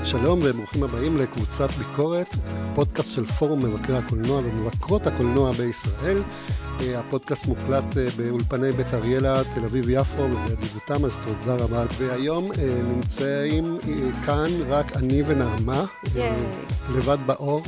שלום וברוכים הבאים לקבוצת ביקורת, פודקאסט של פורום מבקרי הקולנוע ומבקרות הקולנוע בישראל. הפודקאסט מוקלט באולפני בית אריאלה, תל אביב יפו, ובאדיבותם, אז תודה רבה. והיום נמצאים כאן רק אני ונעמה, לבד באור,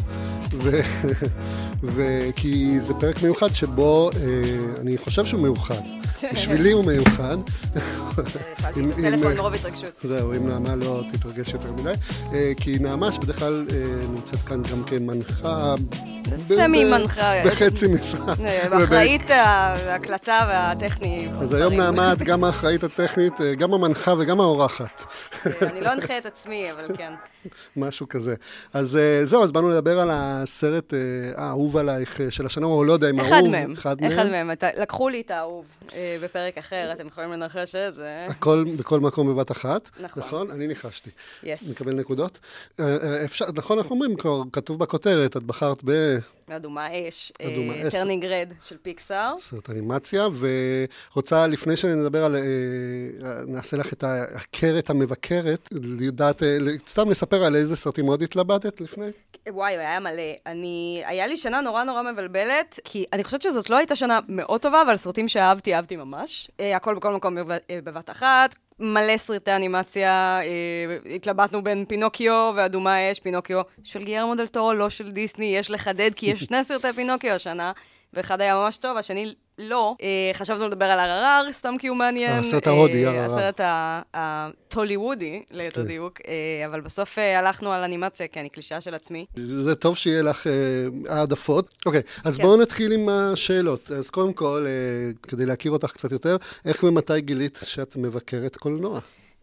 כי זה פרק מיוחד שבו אני חושב שהוא מיוחד. בשבילי הוא מיוחד. פעלתי את הטלפון מרוב התרגשות. זהו, אם נעמה לא תתרגש יותר מדי. כי נעמה שבדרך כלל נמצאת כאן גם כמנחה. סמי מנחה. בחצי משרה. באחראית ההקלטה והטכני. אז היום נעמה את גם האחראית הטכנית, גם המנחה וגם האורחת. אני לא אנחה את עצמי, אבל כן. משהו כזה. אז זהו, אז באנו לדבר על הסרט האהוב עלייך של השנה, או לא יודע אם האהוב. אחד מהם. לקחו לי את האהוב בפרק אחר, אתם יכולים לנחש שזה. הכל בכל מקום בבת אחת. נכון. אני ניחשתי. Yes. נקבל נקודות. נכון, אנחנו אומרים, כתוב בכותרת, את בחרת אדומה אש, טרנינג רד של פיקסאר. סרט אנימציה, ורוצה, לפני שנדבר על, נעשה לך את הכרת המבקרת, לדעת, סתם לספר על איזה סרטים מאוד התלבטת לפני? וואי, היה מלא. היה לי שנה נורא מבלבלת, כי אני חושבת שזאת לא הייתה שנה מאוד טובה, אבל סרטים שאהבתי ממש. הכל בכל מקום בבת אחת. מלא סרטי אנימציה, התלבטנו בין פינוקיו ואדומה אש, פינוקיו של גילרמו דל טורו, לא של דיסני, יש לחדד, כי יש שני סרטי פינוקיו השנה, ואחד היה ממש טוב, השני לא. חשבנו לדבר על הררר, סתם כי הוא מעניין. הסרט ההודי, הררר. הסרט הטוליוודי, ליתר דיוק, אבל בסוף הלכנו על אנימציה, כי אני קלישה של עצמי. זה טוב שיהיה לך העדפות. אוקיי, אז בואו נתחיל עם השאלות. אז קודם כל, כדי להכיר אותך קצת יותר, איך ומתי גילית שאת מבקרת קולנוע?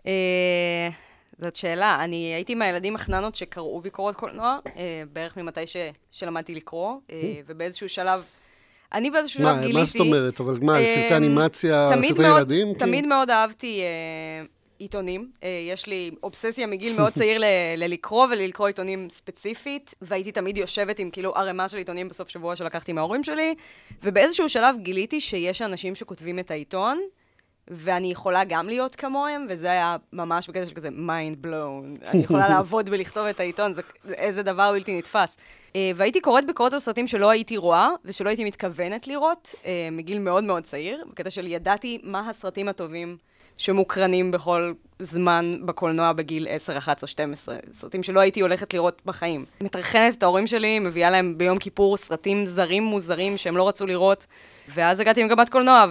זאת שאלה. אני הייתי מהילדים החננות שקראו ביקורות קולנוע, בערך ממתי שלמדתי לקרוא, ובאיזשהו שלב אני באיזשהו שלב גיליתי... מה זאת אומרת? אבל מה, סרטי אנימציה, סרטי ילדים? תמיד מאוד אהבתי עיתונים. יש לי אובססיה מגיל מאוד צעיר ללקרוא ולקרוא עיתונים ספציפית, והייתי תמיד יושבת עם כאילו ערימה של עיתונים בסוף שבוע שלקחתי מההורים שלי, ובאיזשהו שלב גיליתי שיש אנשים שכותבים את העיתון, ואני יכולה גם להיות כמוהם, וזה היה ממש בקטע של כזה mind blown. אני יכולה לעבוד בלכתוב את העיתון, זה איזה דבר בלתי נתפס. והייתי קוראת ביקורות על סרטים שלא הייתי רואה, ושלא הייתי מתכוונת לראות, מגיל מאוד מאוד צעיר, בקטע של ידעתי מה הסרטים הטובים שמוקרנים בכל זמן בקולנוע בגיל 10, 11, 12. סרטים שלא הייתי הולכת לראות בחיים. מתרחנת את ההורים שלי, מביאה להם ביום כיפור סרטים זרים מוזרים שהם לא רצו לראות, ואז הגעתי עם גמת קולנוע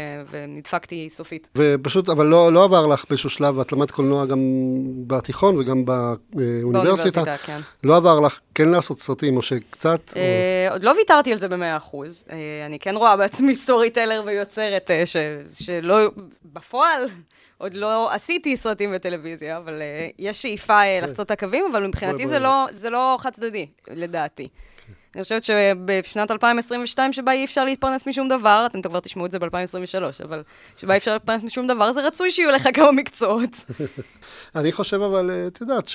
ונדפקתי סופית. ופשוט, אבל לא עבר לך באיזשהו שלב, את למדת קולנוע גם בתיכון וגם באוניברסיטה. כן. לא עבר לך כן לעשות סרטים, או שקצת? עוד לא ויתרתי על זה ב100%. אני כן רואה בעצמי סטורי טלר ויוצרת שלא בפועל. עוד לא עשיתי סרטים בטלוויזיה, אבל יש שאיפה לחצות את הקווים, אבל מבחינתי זה לא חד צדדי, לדעתי. אני חושבת שבשנת 2022 שבה אי אפשר להתפרנס משום דבר, אתם כבר תשמעו את זה ב-2023, אבל שבה אי אפשר להתפרנס משום דבר, זה רצוי שיהיו לך כמה מקצועות. אני חושב אבל, את יודעת,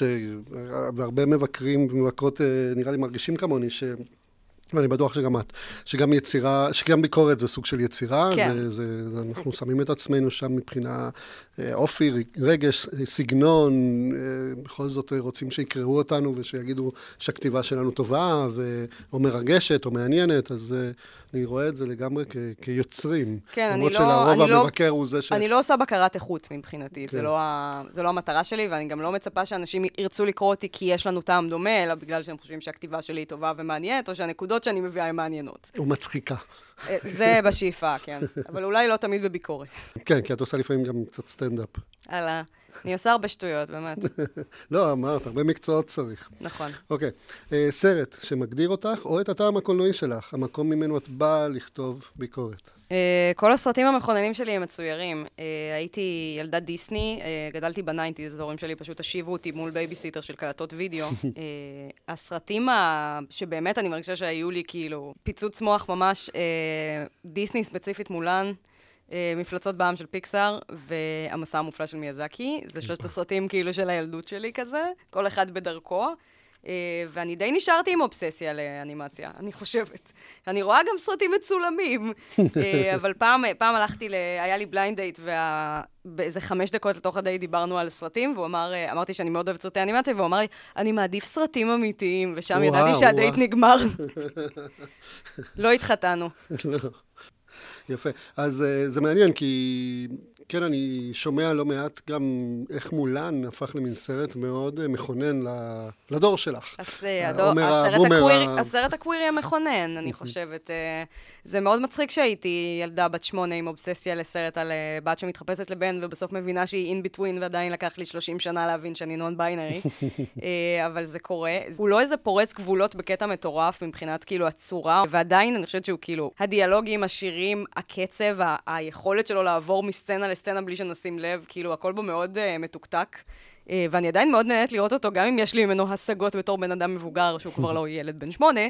והרבה מבקרים ומבקרות נראה לי מרגישים כמוני, ואני בטוח שגם את, שגם יצירה, שגם ביקורת זה סוג של יצירה, כן. אנחנו שמים את עצמנו שם מבחינה אופי, רגש, סגנון, בכל זאת רוצים שיקראו אותנו ושיגידו שהכתיבה שלנו טובה, או מרגשת, או מעניינת, אז אני רואה את זה לגמרי כיוצרים. כן, למרות שלרוב המבקר הוא זה ש... אני לא עושה בקרת איכות מבחינתי, זה לא המטרה שלי, ואני גם לא מצפה שאנשים ירצו לקרוא אותי כי יש לנו טעם דומה, אלא בגלל שהם חושבים שהכתיבה שלי היא טובה ומעניינת, או שהנקודות שאני מביאה הן מעניינות. ומצחיקה. זה בשאיפה, כן. אבל אולי לא תמיד בביקורת. כן, כי את עושה לפעמים גם קצת סטנדאפ. הלאה. אני עושה הרבה שטויות, באמת. לא, אמרת, הרבה מקצועות צריך. נכון. אוקיי. סרט שמגדיר אותך, או את הטעם הקולנועי שלך, המקום ממנו את באה לכתוב ביקורת. כל הסרטים המכוננים שלי הם מצוירים. הייתי ילדת דיסני, גדלתי בניינטיז, ההורים שלי פשוט השיבו אותי מול בייביסיטר של קלטות וידאו. הסרטים שבאמת אני מרגישה שהיו לי כאילו פיצוץ מוח ממש, דיסני ספציפית מולן, מפלצות בעם של פיקסאר, והמסע המופלא של מיאזקי. זה שלושת הסרטים כאילו של הילדות שלי כזה, כל אחד בדרכו. ואני די נשארתי עם אובססיה לאנימציה, אני חושבת. אני רואה גם סרטים מצולמים, אבל פעם הלכתי, היה לי בליינד דייט, באיזה 5 דקות לתוך הדייט דיברנו על סרטים, אמרתי שאני מאוד אוהבת סרטי אנימציה, והוא אמר לי, אני מעדיף סרטים אמיתיים, ושם ידעתי שהדייט נגמר. לא התחתנו. יפה. אז זה מעניין, כי כן, אני שומע לא מעט גם איך מולן הפך למין סרט מאוד מכונן לדור שלך. הסרט הקווירי המכונן, אני חושבת. זה מאוד מצחיק שהייתי ילדה בת 8 עם אובססיה לסרט על בת שמתחפשת לבן, ובסוף מבינה שהיא in between, ועדיין לקח לי 30 שנה להבין שאני נון-ביינרי. אבל זה קורה. הוא לא איזה פורץ גבולות בקטע מטורף מבחינת כאילו הצורה, ועדיין אני חושבת שהוא כאילו, הדיאלוגים, השירים, הקצב, היכולת שלו לעבור מסצנה לסצנה בלי שנשים לב, כאילו הכל בו מאוד מתוקתק. ואני עדיין מאוד נהנית לראות אותו, גם אם יש לי ממנו השגות בתור בן אדם מבוגר, שהוא כבר לא ילד בן 8,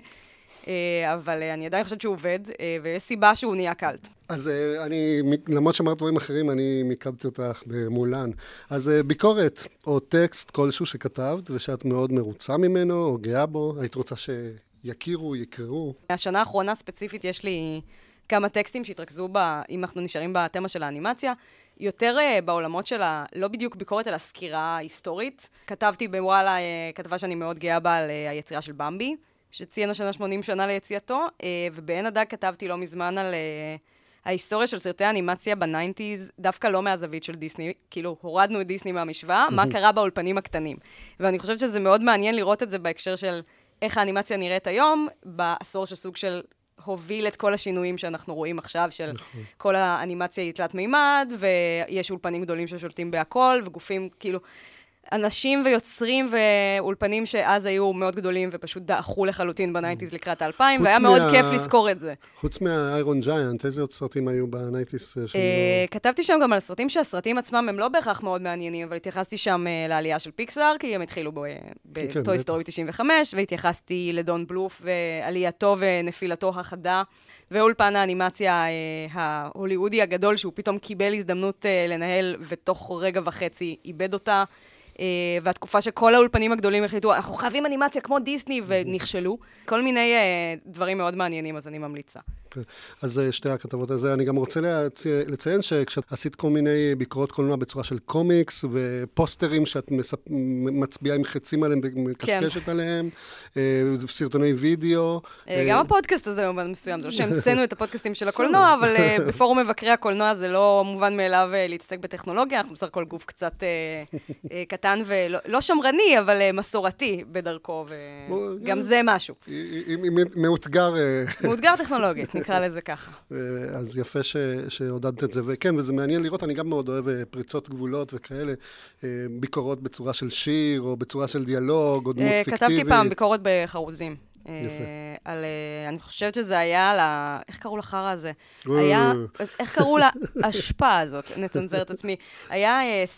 אבל אני עדיין חושבת שהוא עובד, ויש סיבה שהוא נהיה קלט. אז למרות שאמרת דברים אחרים, אני מיקדתי אותך במולן. אז ביקורת או טקסט כלשהו שכתבת, ושאת מאוד מרוצה ממנו, או גאה בו, היית רוצה שיכירו, יקראו? השנה האחרונה ספציפית יש לי כמה טקסטים שהתרכזו אם אנחנו נשארים בתמה של האנימציה, יותר בעולמות שלה, לא בדיוק ביקורת, אלא סקירה היסטורית. כתבתי בוואלה כתבה שאני מאוד גאה בה על היצירה של במבי, שציין השנה 80 שנה ליציאתו, ובעין הדג כתבתי לא מזמן על ההיסטוריה של סרטי האנימציה ב-90s, דווקא לא מהזווית של דיסני, כאילו הורדנו את דיסני מהמשוואה, מה קרה באולפנים הקטנים. ואני חושבת שזה מאוד מעניין לראות את זה בהקשר של איך האנימציה נראית היום, בעשור שסוג של הוביל את כל השינויים שאנחנו רואים עכשיו, של כל האנימציה היא תלת מימד, ויש אולפנים גדולים ששולטים בהכל, וגופים כאילו, אנשים ויוצרים ואולפנים שאז היו מאוד גדולים, ופשוט דעכו לחלוטין ב-90s לקראת 2000, והיה מאוד כיף לזכור את זה. חוץ מהאיירון ג'יינט, איזה עוד סרטים היו ב-90s? כתבתי שם גם על סרטים שהסרטים עצמם הם לא בהכרח מאוד מעניינים, אבל התייחסתי שם לעלייה של פיקסאר, כי הם התחילו בטוי סטורי 95, והתייחסתי לדון בלוף ועלייתו ונפילתו החדה, ואולפן האנימציה ההוליוודי הגדול, שהוא פתאום קיבל הזדמנות לנהל, ותוך רגע וחצי איבד אותה, והתקופה שכל האולפנים הגדולים החליטו, אנחנו חייבים אנימציה כמו דיסני, ונכשלו. כל מיני דברים מאוד מעניינים, אז אני ממליצה. אז שתי הכתבות הזה, אני גם רוצה לציין שכשעשית כל מיני ביקורות קולנוע בצורה של קומיקס, ופוסטרים שאת מצביעה עם חצים עליהם, מקשקשת עליהם, סרטוני וידאו. גם הפודקאסט הזה הוא מסוים, זה לא שהמצאנו את הפודקאסטים של הקולנוע, אבל בפורום מבקרי הקולנוע זה לא מובן מאליו להתעסק בטכנולוגיה, אנחנו בסך הכל גוף קצת קטן ולא שמרני, אבל מסורתי בדרכו, וגם זה משהו. מאותגר טכנולוגית. נקרא לזה ככה. אז יפה שהודדת את זה, וכן, וזה מעניין לראות, אני גם מאוד אוהב פריצות גבולות וכאלה, ביקורות בצורה של שיר, או בצורה של דיאלוג, או דמות פיקטיבית. כתבתי פעם ביקורת בחרוזים. אני חושבת שזה היה על איך קראו לחרא הזה? איך קראו להשפעה הזאת? נצנזר את עצמי. היה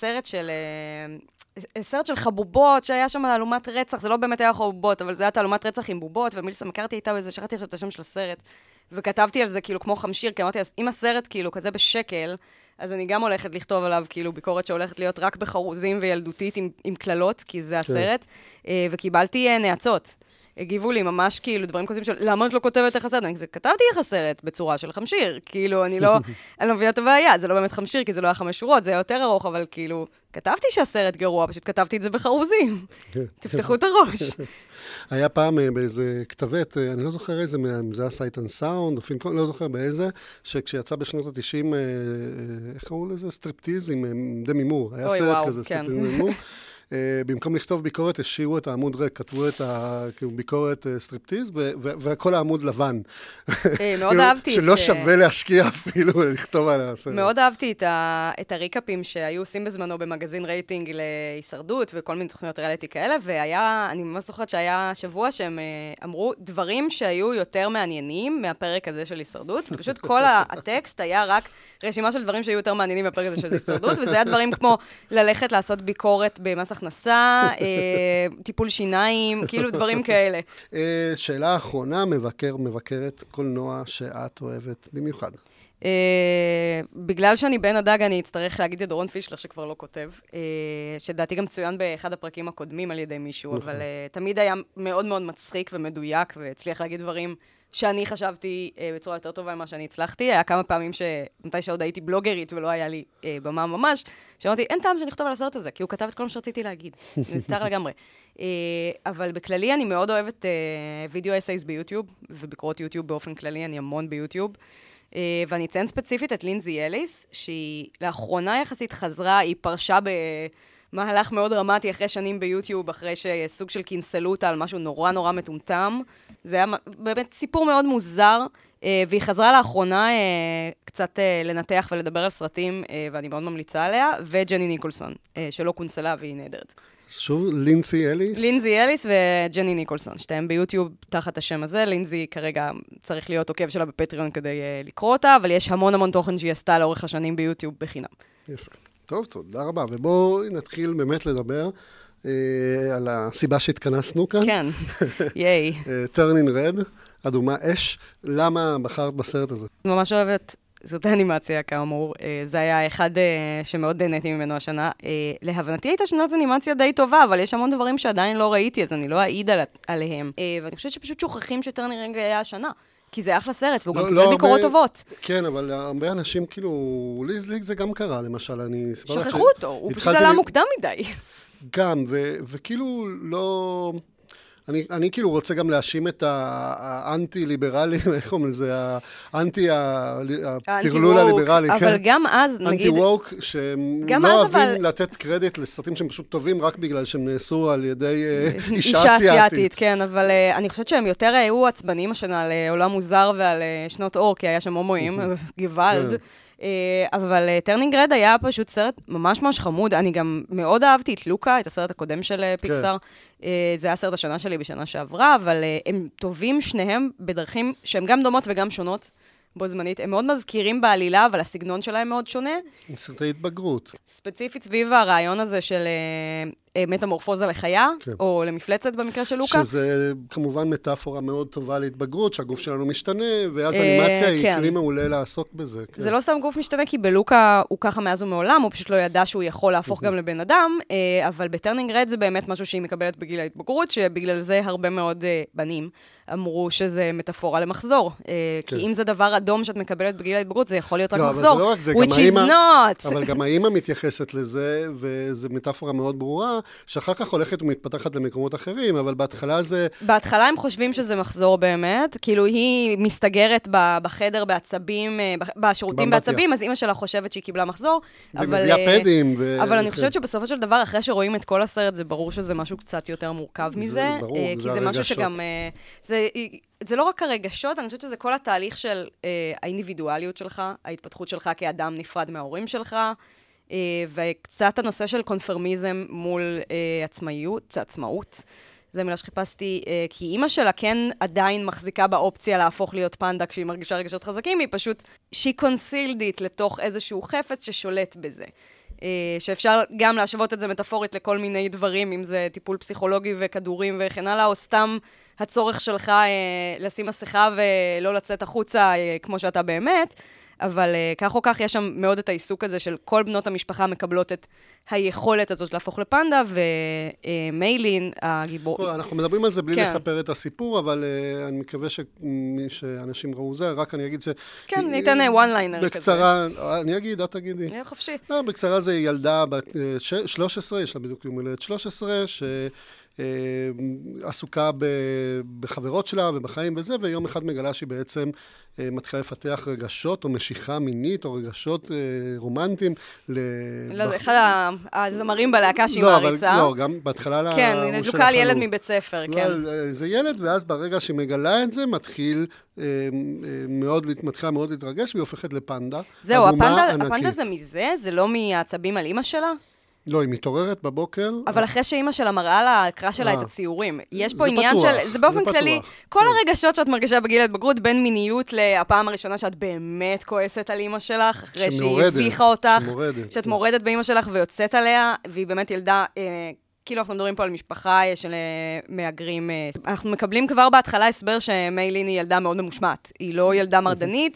סרט של חבובות, שהיה שם תעלומת רצח, זה לא באמת היה חבובות, אבל זה היה תעלומת רצח עם בובות, ומילסה מכרתי איתה וזה, שכחתי עכשיו את השם של הסרט, וכתבתי על זה כאילו כמו חמשיר, כי אמרתי, אז אם הסרט כאילו כזה בשקל, אז אני גם הולכת לכתוב עליו כאילו ביקורת שהולכת להיות רק בחרוזים וילדותית עם כללות, כי זה הסרט, וקיבלתי נאצות. הגיבו לי ממש כאילו דברים כוזים של, למה את לא כותבת איך הסרט? אני כתבתי איך הסרט בצורה של חמשיר, כאילו אני לא מבינה את הבעיה, זה לא באמת חמשיר, כי זה לא היה 5 שורות, זה היה יותר ארוך, אבל כאילו, כתבתי שהסרט גרוע, פשוט כתבתי את זה בחרוזים. תפתחו את הראש. היה פעם באיזה כתבת, אני לא זוכר איזה, זה היה סייט אנד סאונד, לא זוכר באיזה, שכשיצא בשנות ה-90, איך קראו לזה? סטריפטיז עם דמי מור. היה סרט כזה, סטריפטיז עם דמי מור. במקום לכתוב ביקורת, השאירו את העמוד ריק, כתבו את הביקורת סטריפטיז, וכל העמוד לבן. מאוד אהבתי. שלא שווה להשקיע אפילו לכתוב על הסרט. מאוד אהבתי את הריקאפים שהיו עושים בזמנו במגזין רייטינג להישרדות, וכל מיני תוכניות ריאליטי כאלה, והיה, אני ממש זוכרת שהיה שבוע שהם אמרו דברים שהיו יותר מעניינים מהפרק הזה של הישרדות, ופשוט כל הטקסט היה רק רשימה של דברים שהיו יותר מעניינים מהפרק הזה של הישרדות, וזה היה דברים כמו ללכת לעשות ביקורת במס הכנסה, טיפול שיניים, כאילו דברים כאלה. שאלה אחרונה, מבקרת קולנוע שאת אוהבת במיוחד. בגלל שאני בן הדג, אני אצטרך להגיד את דורון פישלר שכבר לא כותב, שדעתי גם צוין באחד הפרקים הקודמים על ידי מישהו, אבל תמיד היה מאוד מאוד מצחיק ומדויק, והצליח להגיד דברים שאני חשבתי בצורה יותר טובה ממה שאני הצלחתי. היה כמה פעמים שמתי שעוד הייתי בלוגרית ולא היה לי במה ממש, שאמרתי, אין טעם שאני אכתוב על הסרט הזה, כי הוא כתב את כל מה שרציתי להגיד. נותר לגמרי. אבל בכללי אני מאוד אוהבת וידאו אסייס ביוטיוב, ובקרות יוטיוב באופן כללי, אני המון ביוטיוב. ואני אציין ספציפית את לינזי אליס, שהיא לאחרונה יחסית חזרה, היא פרשה במהלך מאוד דרמטי אחרי שנים ביוטיוב, אחרי שסוג של כינסלו אותה על משהו נורא נורא מטומטם. זה היה באמת סיפור מאוד מוזר, והיא חזרה לאחרונה קצת לנתח ולדבר על סרטים, ואני מאוד ממליצה עליה, וג'ני ניקולסון, שלא כונסלה והיא נהדרת. שוב, לינזי אליס? לינזי אליס וג'ני ניקולסון, שתיהם ביוטיוב תחת השם הזה. לינזי כרגע צריך להיות עוקב שלה בפטריון כדי לקרוא אותה, אבל יש המון המון תוכן שהיא עשתה לאורך השנים ביוטיוב בחינם. יפה. טוב, תודה רבה. ובואו נתחיל באמת לדבר על הסיבה שהתכנסנו כאן. כן, ייי. Turning Red, אדומה אש. למה בחרת בסרט הזה? ממש אוהבת. זאת האנימציה, כאמור. זה היה אחד שמאוד נהניתי ממנו השנה. להבנתי הייתה שנת אנימציה די טובה, אבל יש המון דברים שעדיין לא ראיתי, אז אני לא אעיד עליהם. ואני חושבת שפשוט שוכחים שטרנינג רד היה השנה. כי זה אחלה סרט, והוא גם קיבל ביקורות טובות. כן, אבל הרבה אנשים כאילו, לי זה גם קרה, למשל, אני... שכחו אותו, הוא פשוט עלה מוקדם מדי. גם, וכאילו לא... אני כאילו רוצה גם להאשים את האנטי-ליברלי, איך אומרים לזה, הטרלול הליברלי, כן? אבל גם אז, נגיד... אנטי-ווק, שהם לא אוהבים לתת קרדיט לסרטים שהם פשוט טובים, רק בגלל שהם נעשו על ידי אישה אסיאתית. כן, אבל אני חושבת שהם יותר היו עצבנים השנה על עולם מוזר ועל שנות אור, כי היה שם הומואים, גוואלד. אבל טרנינג רד היה פשוט סרט ממש ממש חמוד. אני גם מאוד אהבתי את לוקה, את הסרט הקודם של פיקסאר. זה היה סרט השנה שלי בשנה שעברה, אבל הם טובים שניהם בדרכים שהן גם דומות וגם שונות. בו זמנית. הם מאוד מזכירים בעלילה, אבל הסגנון שלהם מאוד שונה. עם סרטי התבגרות. ספציפית סביב הרעיון הזה של מטמורפוזה לחיה, כן. או למפלצת במקרה של לוקה. שזה כמובן מטאפורה מאוד טובה להתבגרות, שהגוף שלנו משתנה, ואז אנימציה היא כלי מעולה לעסוק בזה. כן. זה לא סתם גוף משתנה, כי בלוקה הוא ככה מאז ומעולם, הוא פשוט לא ידע שהוא יכול להפוך גם לבן אדם, אבל בטרנינג רד זה באמת משהו שהיא מקבלת בגיל ההתבגרות, שבגלל זה הרבה מאוד בנים אמרו שזה מטאפורה למחזור. כי אם זה דבר אדום שאת מקבלת בגיל ההתבגרות, זה יכול להיות רק מחזור. which is not. אבל גם האמא מתייחסת לזה, וזו מטאפורה מאוד ברורה, שאחר כך הולכת ומתפתחת למקומות אחרים, אבל בהתחלה זה... בהתחלה הם חושבים שזה מחזור באמת, כאילו היא מסתגרת בחדר בעצבים, בשירותים בעצבים, אז אמא שלה חושבת שהיא קיבלה מחזור. ומביאה פדים. אבל אני חושבת שבסופו של דבר, אחרי שרואים את כל הסרט, זה ברור שזה משהו קצת יותר מורכב מזה. כי זה משהו שגם... זה לא רק הרגשות, אני חושבת שזה כל התהליך של האינדיבידואליות שלך, ההתפתחות שלך כאדם נפרד מההורים שלך, וקצת הנושא של קונפרמיזם מול עצמאות. זה מילה שחיפשתי, כי אימא שלה כן עדיין מחזיקה באופציה להפוך להיות פנדה כשהיא מרגישה רגשות חזקים, היא פשוט, she concealed it לתוך איזשהו חפץ ששולט בזה. שאפשר גם להשוות את זה מטאפורית לכל מיני דברים, אם זה טיפול פסיכולוגי וכדורים וכן הלאה, או סתם הצורך שלך לשים מסכה ולא לצאת החוצה כמו שאתה באמת, אבל כך או כך יש שם מאוד את העיסוק הזה של כל בנות המשפחה מקבלות את היכולת הזאת להפוך לפנדה, ומיילין, הגיבור... אנחנו מדברים על זה בלי לספר את הסיפור, אבל אני מקווה שאנשים ראו זה, רק אני אגיד ש... כן, ניתן one liner כזה. בקצרה, אני אגיד, את תגידי. נהיה חופשי. בקצרה זה ילדה בת 13, יש לה בדיוק יום הולדת 13, עסוקה בחברות שלה ובחיים וזה, ויום אחד מגלה שהיא בעצם מתחילה לפתח רגשות או משיכה מינית או רגשות רומנטיים. לא, אחד הזמרים בלהקה שהיא מעריצה. לא, גם בהתחלה... כן, נדלוקה על ילד מבית ספר, כן. זה ילד, ואז ברגע שהיא מגלה את זה, מתחילה מאוד להתרגש, והיא הופכת לפנדה. זהו, הפנדה זה מזה? זה לא מהעצבים על אמא שלה? לא, היא מתעוררת בבוקר. אבל אחרי שאמא שלה מראה לקרא שלה את הציורים. יש פה עניין של... זה באופן כללי, כל הרגשות שאת מרגישה בגיל ההתבגרות, בין מיניות לפעם הראשונה שאת באמת כועסת על אמא שלך, אחרי שהיא הביכה אותך, שאת מורדת באמא שלך ויוצאת עליה, והיא באמת ילדה... כאילו אנחנו מדברים פה על משפחה של מאגרים. אנחנו מקבלים כבר בהתחלה הסבר שמיילין היא ילדה מאוד ממושמעת. היא לא ילדה מרדנית,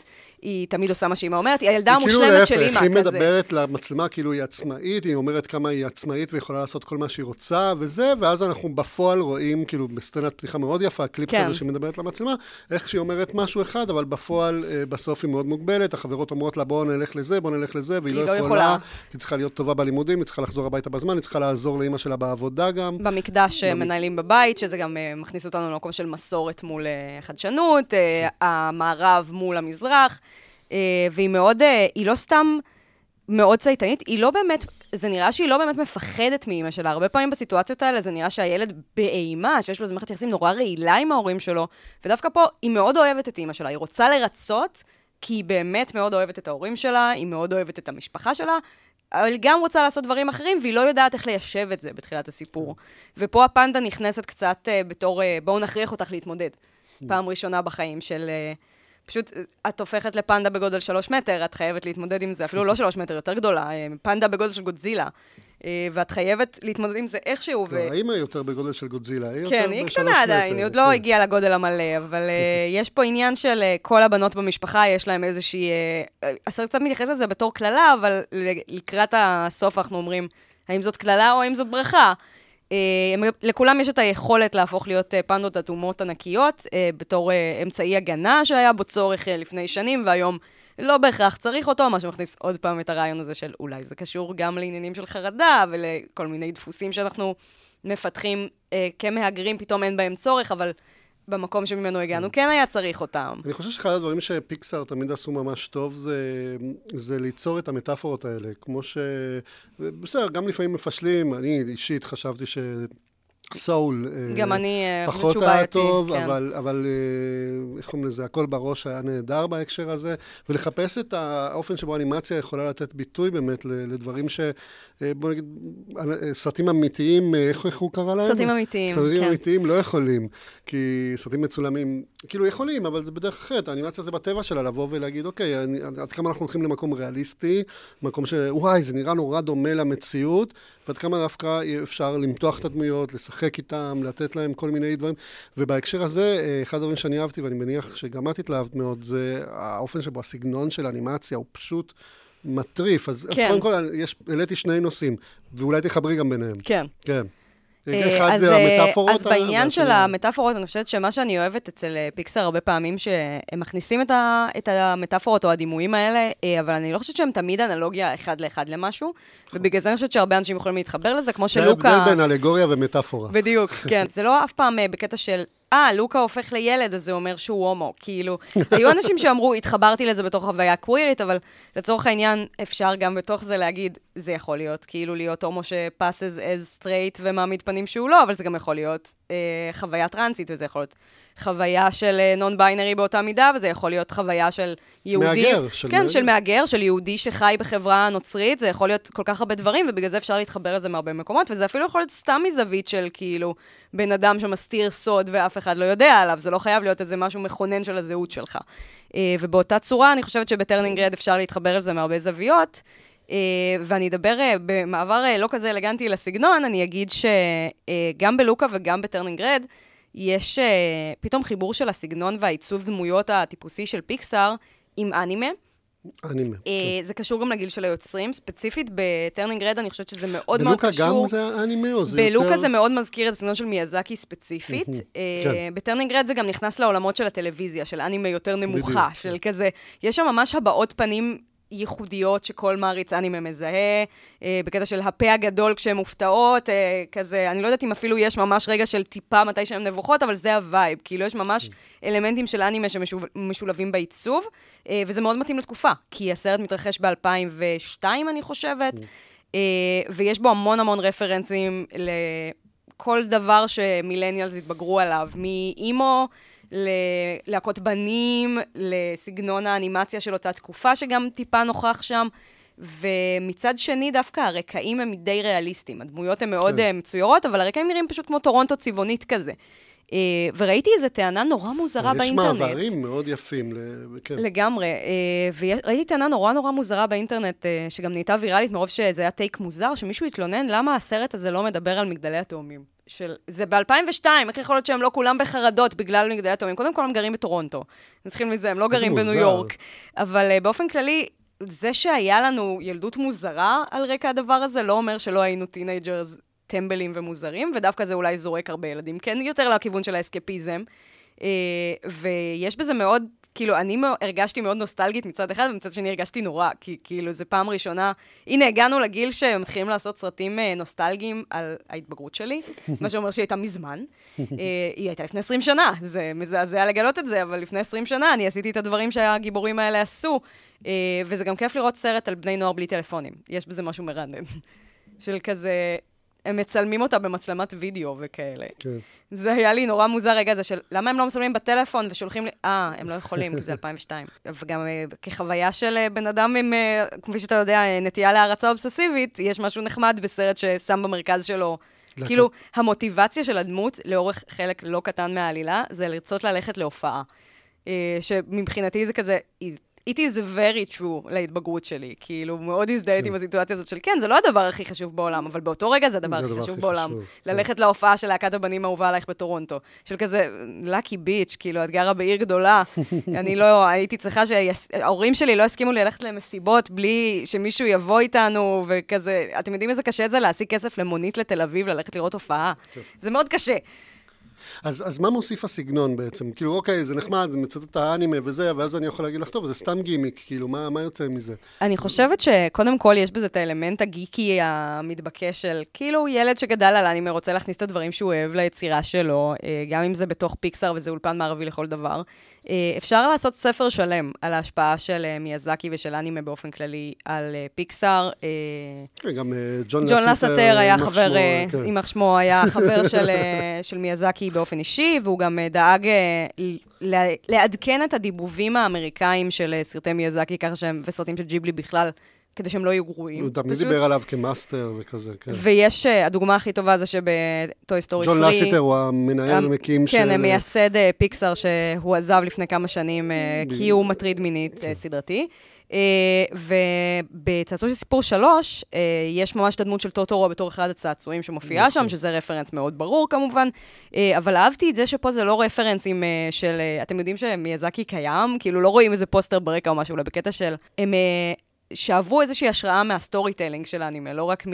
היא תמיד עושה מה שאמא אומרת, היא הילדה המושלמת של אמא כזה. היא מדברת למצלמה כאילו היא עצמאית, היא אומרת כמה היא עצמאית ויכולה לעשות כל מה שהיא רוצה וזה, ואז אנחנו בפועל רואים כאילו בסצנת פתיחה מאוד יפה, הקליפ כזה שמדברת למצלמה, איך שהיא אומרת משהו אחד, אבל בפועל בסוף היא מאוד מוגבלת, החברות אומרות לה בוא נלך לזה, והיא לא יכולה, היא צריכה להיות טובה בלימודים, היא צריכה לחזור הביתה בזמן, היא צריכה לעזור לאמא שלה בעבודה גם. במקדש מנהלים בבית, שזה גם מכניס אותנו למקום של מסורת מול חדשנות, המערב מול המזרח, והיא מאוד, היא לא סתם מאוד צייתנית, היא לא באמת, זה נראה שהיא לא באמת מפחדת מאמא שלה. הרבה פעמים בסיטואציות האלה זה נראה שהילד באימה, שיש לו איזה מערכת יחסים נורא רעילה עם ההורים שלו, ודווקא פה היא מאוד אוהבת את אמא שלה, היא רוצה לרצות, כי היא באמת מאוד אוהבת את ההורים שלה, היא מאוד אוהבת את המשפחה שלה, אבל היא גם רוצה לעשות דברים אחרים, והיא לא יודעת איך ליישב את זה בתחילת הסיפור. ופה הפנדה נכנסת קצת בתור, בואו נכריח אותך להתמודד. פעם ראשונה בחיים של... פשוט, את הופכת לפנדה בגודל 3 מטר, את חייבת להתמודד עם זה, אפילו לא 3 מטר, יותר גדולה, פנדה בגודל של גודזילה, ואת חייבת להתמודד עם זה איכשהו. האמא היא יותר בגודל של גודזילה, היא כן, היא קטנה עדיין, היא עוד לא הגיעה לגודל המלא, אבל יש פה עניין של כל הבנות במשפחה, יש להם איזושהי... הסרט קצת מתייחס לזה בתור כללה, אבל לקראת הסוף אנחנו אומרים, האם זאת כללה או האם זאת ברכה? לכולם יש את היכולת להפוך להיות פנדות אטומות ענקיות, בתור אמצעי הגנה שהיה בו צורך לפני שנים, והיום לא בהכרח צריך אותו, מה שמכניס עוד פעם את הרעיון הזה של אולי זה קשור גם לעניינים של חרדה, ולכל מיני דפוסים שאנחנו מפתחים כמהגרים, פתאום אין בהם צורך, אבל במקום שממנו הגענו כן היה צריך אותם. אני חושב שאחד הדברים שפיקסאר תמיד עשו ממש טוב, זה ליצור את המטאפורות האלה, כמו בסדר, גם לפעמים מפשלים, אני אישית חשבתי סול, גם אני פחות היה טוב, אבל איך אומרים לזה, הכל בראש היה נהדר בהקשר הזה, ולחפש את האופן שבו האנימציה יכולה לתת ביטוי באמת לדברים ש... בוא נגיד, סרטים אמיתיים, איך הוא קרא להם? סרטים אמיתיים, כן. סרטים אמיתיים לא יכולים, כי סרטים מצולמים, כאילו יכולים, אבל זה בדרך אחרת, האנימציה זה בטבע שלה, לבוא ולהגיד, אוקיי, עד כמה אנחנו הולכים למקום ריאליסטי, מקום וואי, זה נראה נורא דומה למציאות, ועד כמה דווקא אפשר למתוח את הדמויות, לשחק איתם, לתת להם כל מיני דברים, ובהקשר הזה, אחד הדברים שאני אהבתי, ואני מניח שגם את התלהבת מאוד, זה האופן שבו הסגנון של האנימציה הוא פשוט מטריף. אז קודם כל, העליתי 2 נושאים, ואולי תחברי גם ביניהם. כן. כן. אחד זה המטאפורות. אז בעניין של המטאפורות, אני חושבת שמה שאני אוהבת אצל פיקסאר הרבה פעמים, שהם מכניסים את המטאפורות או הדימויים האלה, אבל אני לא חושבת שהם תמיד אנלוגיה אחד לאחד למשהו, ובגלל זה אני חושבת שהרבה אנשים יכולים להתחבר לזה, כמו שלוקה... זה הבדל בין אלגוריה ומטאפורה. בדיוק, כן. זה לא אף פעם בקטע של... לוקה הופך לילד, אז זה אומר שהוא הומו. כאילו, היו אנשים שאמרו, התחברתי לזה בתוך חוויה קווירית, אבל לצורך העניין אפשר גם בתוך זה להגיד, זה יכול להיות, כאילו להיות הומו שפאסס as straight ומעמיד פנים שהוא לא, אבל זה גם יכול להיות חוויה טרנסית, וזה יכול להיות חוויה של נון-ביינרי באותה מידה, וזה יכול להיות חוויה של יהודי... מהגר. כן, של מהגר, של יהודי שחי בחברה נוצרית, זה יכול להיות כל כך הרבה דברים, ובגלל זה אפשר להתחבר לזה מהרבה מקומות, וזה אפילו יכול להיות סתם מזווית של כאילו, בן אדם שמסתיר סוד ואף אחד לא יודע עליו, זה לא חייב להיות איזה משהו מכונן של הזהות שלך. ובאותה צורה, אני חושבת שבטרנינג רד אפשר להתחבר לזה מהרבה זוויות, ואני אדבר במעבר לא כזה אלגנטי לסגנון, אני אגיד שגם בלוקה וגם בטרנינג רד, יש פתאום חיבור של הסגנון והעיצוב דמויות הטיפוסי של פיקסאר עם אנימה. אנימה. זה קשור גם לגיל של היוצרים, ספציפית בטרנינג רד, אני חושבת שזה מאוד מאוד קשור. בלוקה גם זה אנימה או זה יותר... בלוקה זה מאוד מזכיר את הסגנון של מיאזקי ספציפית. בטרנינג רד זה גם נכנס לעולמות של הטלוויזיה, של אנימה יותר נמוכה, של כזה. יש שם ממש הבעות פנים ייחודיות שכל מעריץ אנימה מזהה, בקטע של הפה הגדול כשהן מופתעות, כזה, אני לא יודעת אם אפילו יש ממש רגע של טיפה מתי שהן נבוכות, אבל זה הווייב, כאילו יש ממש אלמנטים של אנימה שמשולבים בעיצוב, וזה מאוד מתאים לתקופה, כי הסרט מתרחש ב-2002, אני חושבת, ויש בו המון המון רפרנסים לכל דבר שמילניאלס התבגרו עליו, מאימו, ללהקות בנים, לסגנון האנימציה של אותה תקופה שגם טיפה נוכח שם, ומצד שני דווקא הרקעים הם די ריאליסטיים, הדמויות הן מאוד מצוירות, אבל הרקעים נראים פשוט כמו טורונטו צבעונית כזה. וראיתי איזו טענה נורא מוזרה באינטרנט. יש מעברים מאוד יפים. לגמרי, וראיתי טענה נורא נורא מוזרה באינטרנט, שגם נהייתה ויראלית מרוב שזה היה טייק מוזר, שמישהו התלונן למה הסרט הזה לא מדבר על מגדלי התאומים. זה ב-2002, איך יכול להיות שהם לא כולם בחרדות בגלל מגדלי התאומים? קודם כל הם גרים בטורונטו. נתחיל מזה, הם לא גרים בניו יורק. אבל באופן כללי, זה שהיה לנו ילדות מוזרה על רקע הדבר הזה, לא אומר שלא היינו טינג'רס טמבלים ומוזרים, ודווקא זה אולי זורק הרבה ילדים, כן, יותר לכיוון של האסקפיזם. ויש בזה מאוד, כאילו, אני הרגשתי מאוד נוסטלגית מצד אחד, ומצד שני הרגשתי נורא, כי כאילו, זה פעם ראשונה, הנה, הגענו לגיל שמתחילים לעשות סרטים נוסטלגיים על ההתבגרות שלי, מה שאומר שהיא הייתה מזמן. היא הייתה לפני 20 שנה, זה מזעזע לגלות את זה, אבל לפני 20 שנה אני עשיתי את הדברים שהגיבורים האלה עשו, וזה גם כיף לראות סרט על בני נוער בלי טלפונים. יש בזה משהו מרנן. של כזה, הם מצלמים אותה במצלמת וידאו וכאלה. כן. זה היה לי נורא מוזר רגע הזה של, למה הם לא מצלמים בטלפון ושולחים לי, הם לא יכולים, כי זה 2002. וגם כחוויה של בן אדם עם, כפי שאתה יודע, נטייה להערצה אובססיבית, יש משהו נחמד בסרט ששם במרכז שלו. כאילו, המוטיבציה של הדמות, לאורך חלק לא קטן מהעלילה, זה לרצות ללכת להופעה. שמבחינתי זה כזה, it is very true להתבגרות שלי. כאילו, מאוד הזדהיתי עם הסיטואציה הזאת של, כן, זה לא הדבר הכי חשוב בעולם, אבל באותו רגע זה הדבר הכי חשוב בעולם. ללכת להופעה של להקת הבנים האהובה עלייך בטורונטו. של כזה, לקי ביץ', כאילו, את גרה בעיר גדולה. אני לא, הייתי צריכה שההורים שלי לא הסכימו לי ללכת למסיבות בלי שמישהו יבוא איתנו, וכזה, אתם יודעים איזה קשה זה להשיג כסף למונית לתל אביב, ללכת לראות הופעה? זה מאוד קשה. אז מה מוסיף הסגנון בעצם? כאילו, אוקיי, זה נחמד, זה מצטט את האנימה וזה, ואז אני יכול להגיד לך, טוב, זה סתם גימיק, כאילו, מה יוצא מזה? אני חושבת שקודם כל יש בזה את האלמנט הגיקי המתבקש של, כאילו, ילד שגדל על האנימה רוצה להכניס את הדברים שהוא אוהב ליצירה שלו, גם אם זה בתוך פיקסאר וזה אולפן מערבי לכל דבר. אפשר לעשות ספר שלם על ההשפעה של מיאזקי ושל אנימה באופן כללי על פיקסאר. גם ג'ון לסטר היה חבר, יימח שמו, היה חבר של מיאזקי באופן אישי, והוא גם דאג לעדכן את הדיבובים האמריקאים של סרטי מיאזקי, ככה שהם, וסרטים של ג'יבלי בכלל, כדי שהם לא יהיו גרועים. הוא תמיד דיבר עליו כמאסטר וכזה, כן. ויש, הדוגמה הכי טובה זה שבטוי סטורי פרי... ג'ון לסטר הוא המנהל המקים של... כן, מייסד פיקסאר שהוא עזב לפני כמה שנים, כי הוא מטריד מינית סדרתי. ובצעצוע של סיפור 3, יש ממש את הדמות של טוטורו בתור אחד הצעצועים שמופיעה שם, שזה רפרנס מאוד ברור כמובן, אבל אהבתי את זה שפה זה לא רפרנסים של... אתם יודעים שמיאזקי קיים? כאילו לא רואים איזה פוסטר ברקע או משהו, אולי בקטע של... הם... שעברו איזושהי השראה מהסטורי טיילינג של האנימה, לא רק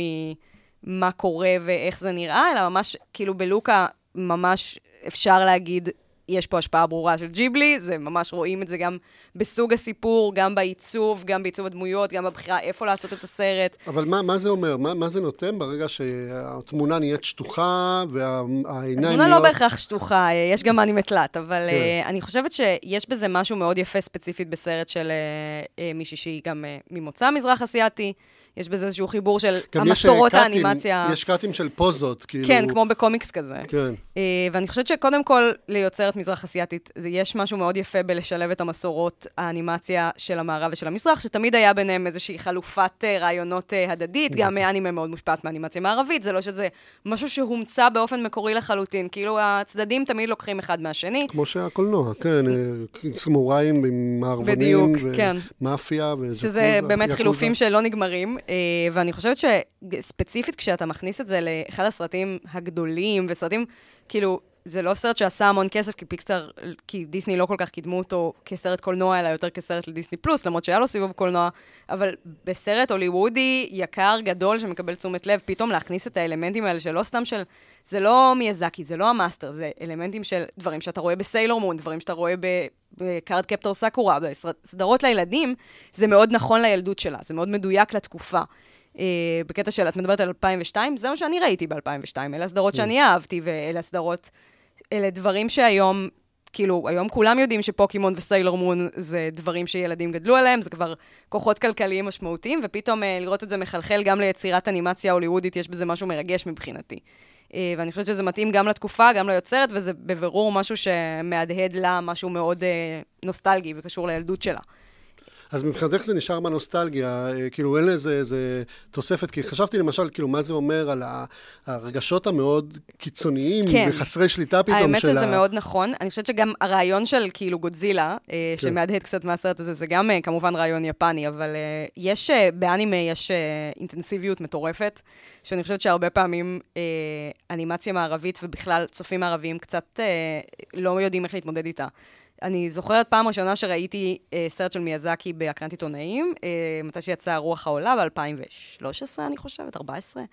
ממה קורה ואיך זה נראה, אלא ממש, כאילו בלוקה, ממש אפשר להגיד, יש פה השפעה ברורה של ג'יבלי, זה ממש רואים את זה גם בסוג הסיפור, גם בעיצוב, גם בעיצוב הדמויות, גם בבחירה איפה לעשות את הסרט. אבל מה זה אומר? מה זה נותן ברגע שהתמונה נהיית שטוחה והעיניים... התמונה לא בהכרח שטוחה, יש גם אנימה תלת, אבל אני חושבת שיש בזה משהו מאוד יפה ספציפית בסרט של מישהי שהיא גם ממוצא מזרח אסיאטי, יש בזה איזשהו חיבור של המסורות האנימציה. יש קאטים של פוזות, כאילו... כן, כמו בקומיקס כזה. כן. ואני חושבת שקודם כל, ליוצרת מזרח אסיאטית, יש משהו מאוד יפה בלשלב את המסורות האנימציה של המערב ושל המזרח, שתמיד היה ביניהם איזושהי חלופת רעיונות הדדית, גם אנימה מאוד מושפעת מאנימציה מערבית, זה לא שזה משהו שהומצא באופן מקורי לחלוטין, כאילו הצדדים תמיד לוקחים אחד מהשני. כמו שהקולנוע, כן, סמוראים עם מערבונים ומאפיה שזה באמת חילופים שלא נגמרים. ואני חושבת שספציפית כשאתה מכניס את זה לאחד הסרטים הגדולים, וסרטים, כאילו, זה לא סרט שעשה המון כסף, כי דיסני לא כל כך קידמו אותו כסרט קולנוע, אלא יותר כסרט לדיסני פלוס, למרות שהיה לו סיבוב קולנוע, אבל בסרט הוליוודי יקר, גדול, שמקבל תשומת לב, פתאום להכניס את האלמנטים האלה שלא סתם של, זה לא מיאזקי, זה לא המאסטר, זה אלמנטים של דברים שאתה רואה בסיילור מון, דברים שאתה רואה בקארד קפטור סאקורה, בסדרות לילדים, זה מאוד נכון לילדות שלה, זה מאוד מדויק לתקופה. בקטע של, את מדברת על 2002, זה מה שאני ראיתי ב-2002, אלה הסדרות שאני אהבתי, ואלה הסדרות, אלה דברים שהיום, כאילו, היום כולם יודעים שפוקימון וסיילור מון זה דברים שילדים גדלו עליהם, זה כבר כוחות כלכליים משמעותיים, ופתאום לראות את זה מחלחל גם ליצירת אנימציה הוליוודית, יש בזה משהו מרגש מבחינתי. ואני חושבת שזה מתאים גם לתקופה, גם ליוצרת, וזה בבירור משהו שמהדהד לה משהו מאוד נוסטלגי וקשור לילדות שלה. אז מבחינתך זה נשאר מהנוסטלגיה, כאילו אין איזה תוספת, כי חשבתי למשל, כאילו, מה זה אומר על הרגשות המאוד קיצוניים, כן. וחסרי שליטה פתאום האמת שזה מאוד נכון. אני חושבת שגם הרעיון של כאילו גודזילה, שמהדהד קצת מהסרט הזה, זה גם כמובן רעיון יפני, אבל יש, באנימה יש אינטנסיביות מטורפת, שאני חושבת שהרבה פעמים אנימציה מערבית, ובכלל צופים מערביים קצת לא יודעים איך להתמודד איתה. אני זוכרת פעם ראשונה שראיתי סרט של מיאזקי בהקרנת עיתונאים, מתי שיצא רוח העולה ב-2013, אני חושבת, 14.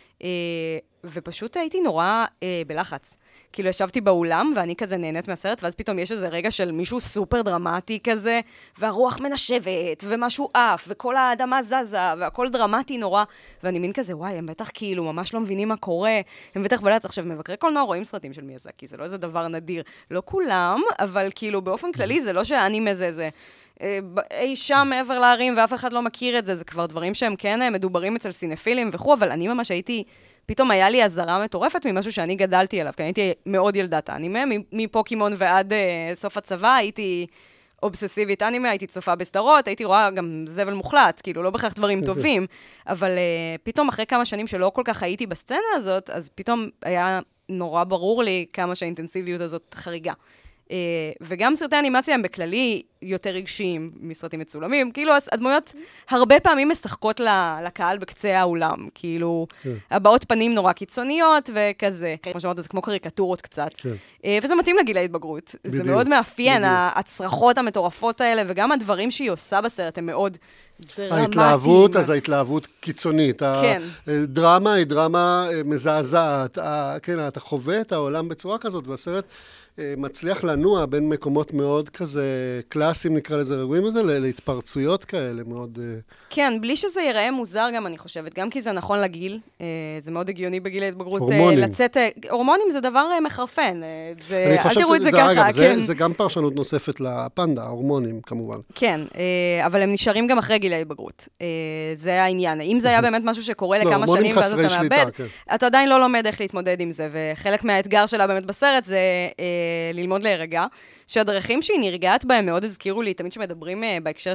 ופשוט הייתי נורא בלחץ. כאילו ישבתי באולם, ואני כזה נהנית מהסרט, ואז פתאום יש איזה רגע של מישהו סופר דרמטי כזה, והרוח מנשבת, ומשהו עף, וכל האדמה זזה, והכל דרמטי נורא, ואני מין כזה, וואי, הם בטח כאילו ממש לא מבינים מה קורה, הם בטח בלחץ. עכשיו, מבקרי קולנוע רואים סרטים של מיאזקי, זה לא איזה דבר נדיר. לא כולם, אבל כאילו באופן כללי זה לא שהאנימה זה אי שם מעבר להרים, ואף אחד לא מכיר את זה, זה כבר דברים שהם כן מדוברים אצל סינפילים וכו', אבל אני ממש הייתי, פתאום היה לי הזרה מטורפת ממשהו שאני גדלתי עליו, כי הייתי מאוד ילדת אנימה, מפוקימון ועד סוף הצבא, הייתי אובססיבית אנימה, הייתי צופה בסדרות, הייתי רואה גם זבל מוחלט, כאילו לא בכך דברים טובים, אבל פתאום אחרי כמה שנים שלא כל כך הייתי בסצנה הזאת, אז פתאום היה נורא ברור לי כמה שהאינטנסיביות הזאת חריגה. וגם סרטי אנימציה הם בכללי יותר רגשיים מסרטים מצולמים, כאילו הדמויות הרבה פעמים משחקות לקהל בקצה האולם, כאילו הבעות פנים נורא קיצוניות וכזה, כמו שאמרת, זה כמו קריקטורות קצת, וזה מתאים לגיל ההתבגרות, זה מאוד מאפיין, הצרחות המטורפות האלה, וגם הדברים שהיא עושה בסרט הם מאוד דרמטיים. ההתלהבות, אז ההתלהבות קיצונית, הדרמה היא דרמה מזעזעת, כן, אתה חווה את העולם בצורה כזאת, והסרט מצליח לנוע בין מקומות מאוד כזה קלאסיים, נקרא לזה, רואים את זה, להתפרצויות כאלה מאוד... כן, בלי שזה ייראה מוזר גם, אני חושבת, גם כי זה נכון לגיל, זה מאוד הגיוני בגיל ההתבגרות, לצאת... הורמונים זה דבר מחרפן, אל תראו את זה ככה, כן. זה גם פרשנות נוספת לפנדה, ההורמונים כמובן. כן, אבל הם נשארים גם אחרי גיל ההתבגרות, זה העניין. אם זה היה באמת משהו שקורה לכמה שנים, ואז אתה מאבד, אתה עדיין לא לומד איך להתמודד עם זה, וחלק מהאתגר שלה באמת בסרט זה ללמוד להירגע, שהדרכים שהיא נרגעת בהם מאוד הזכירו לי, תמיד שמדברים בהקשר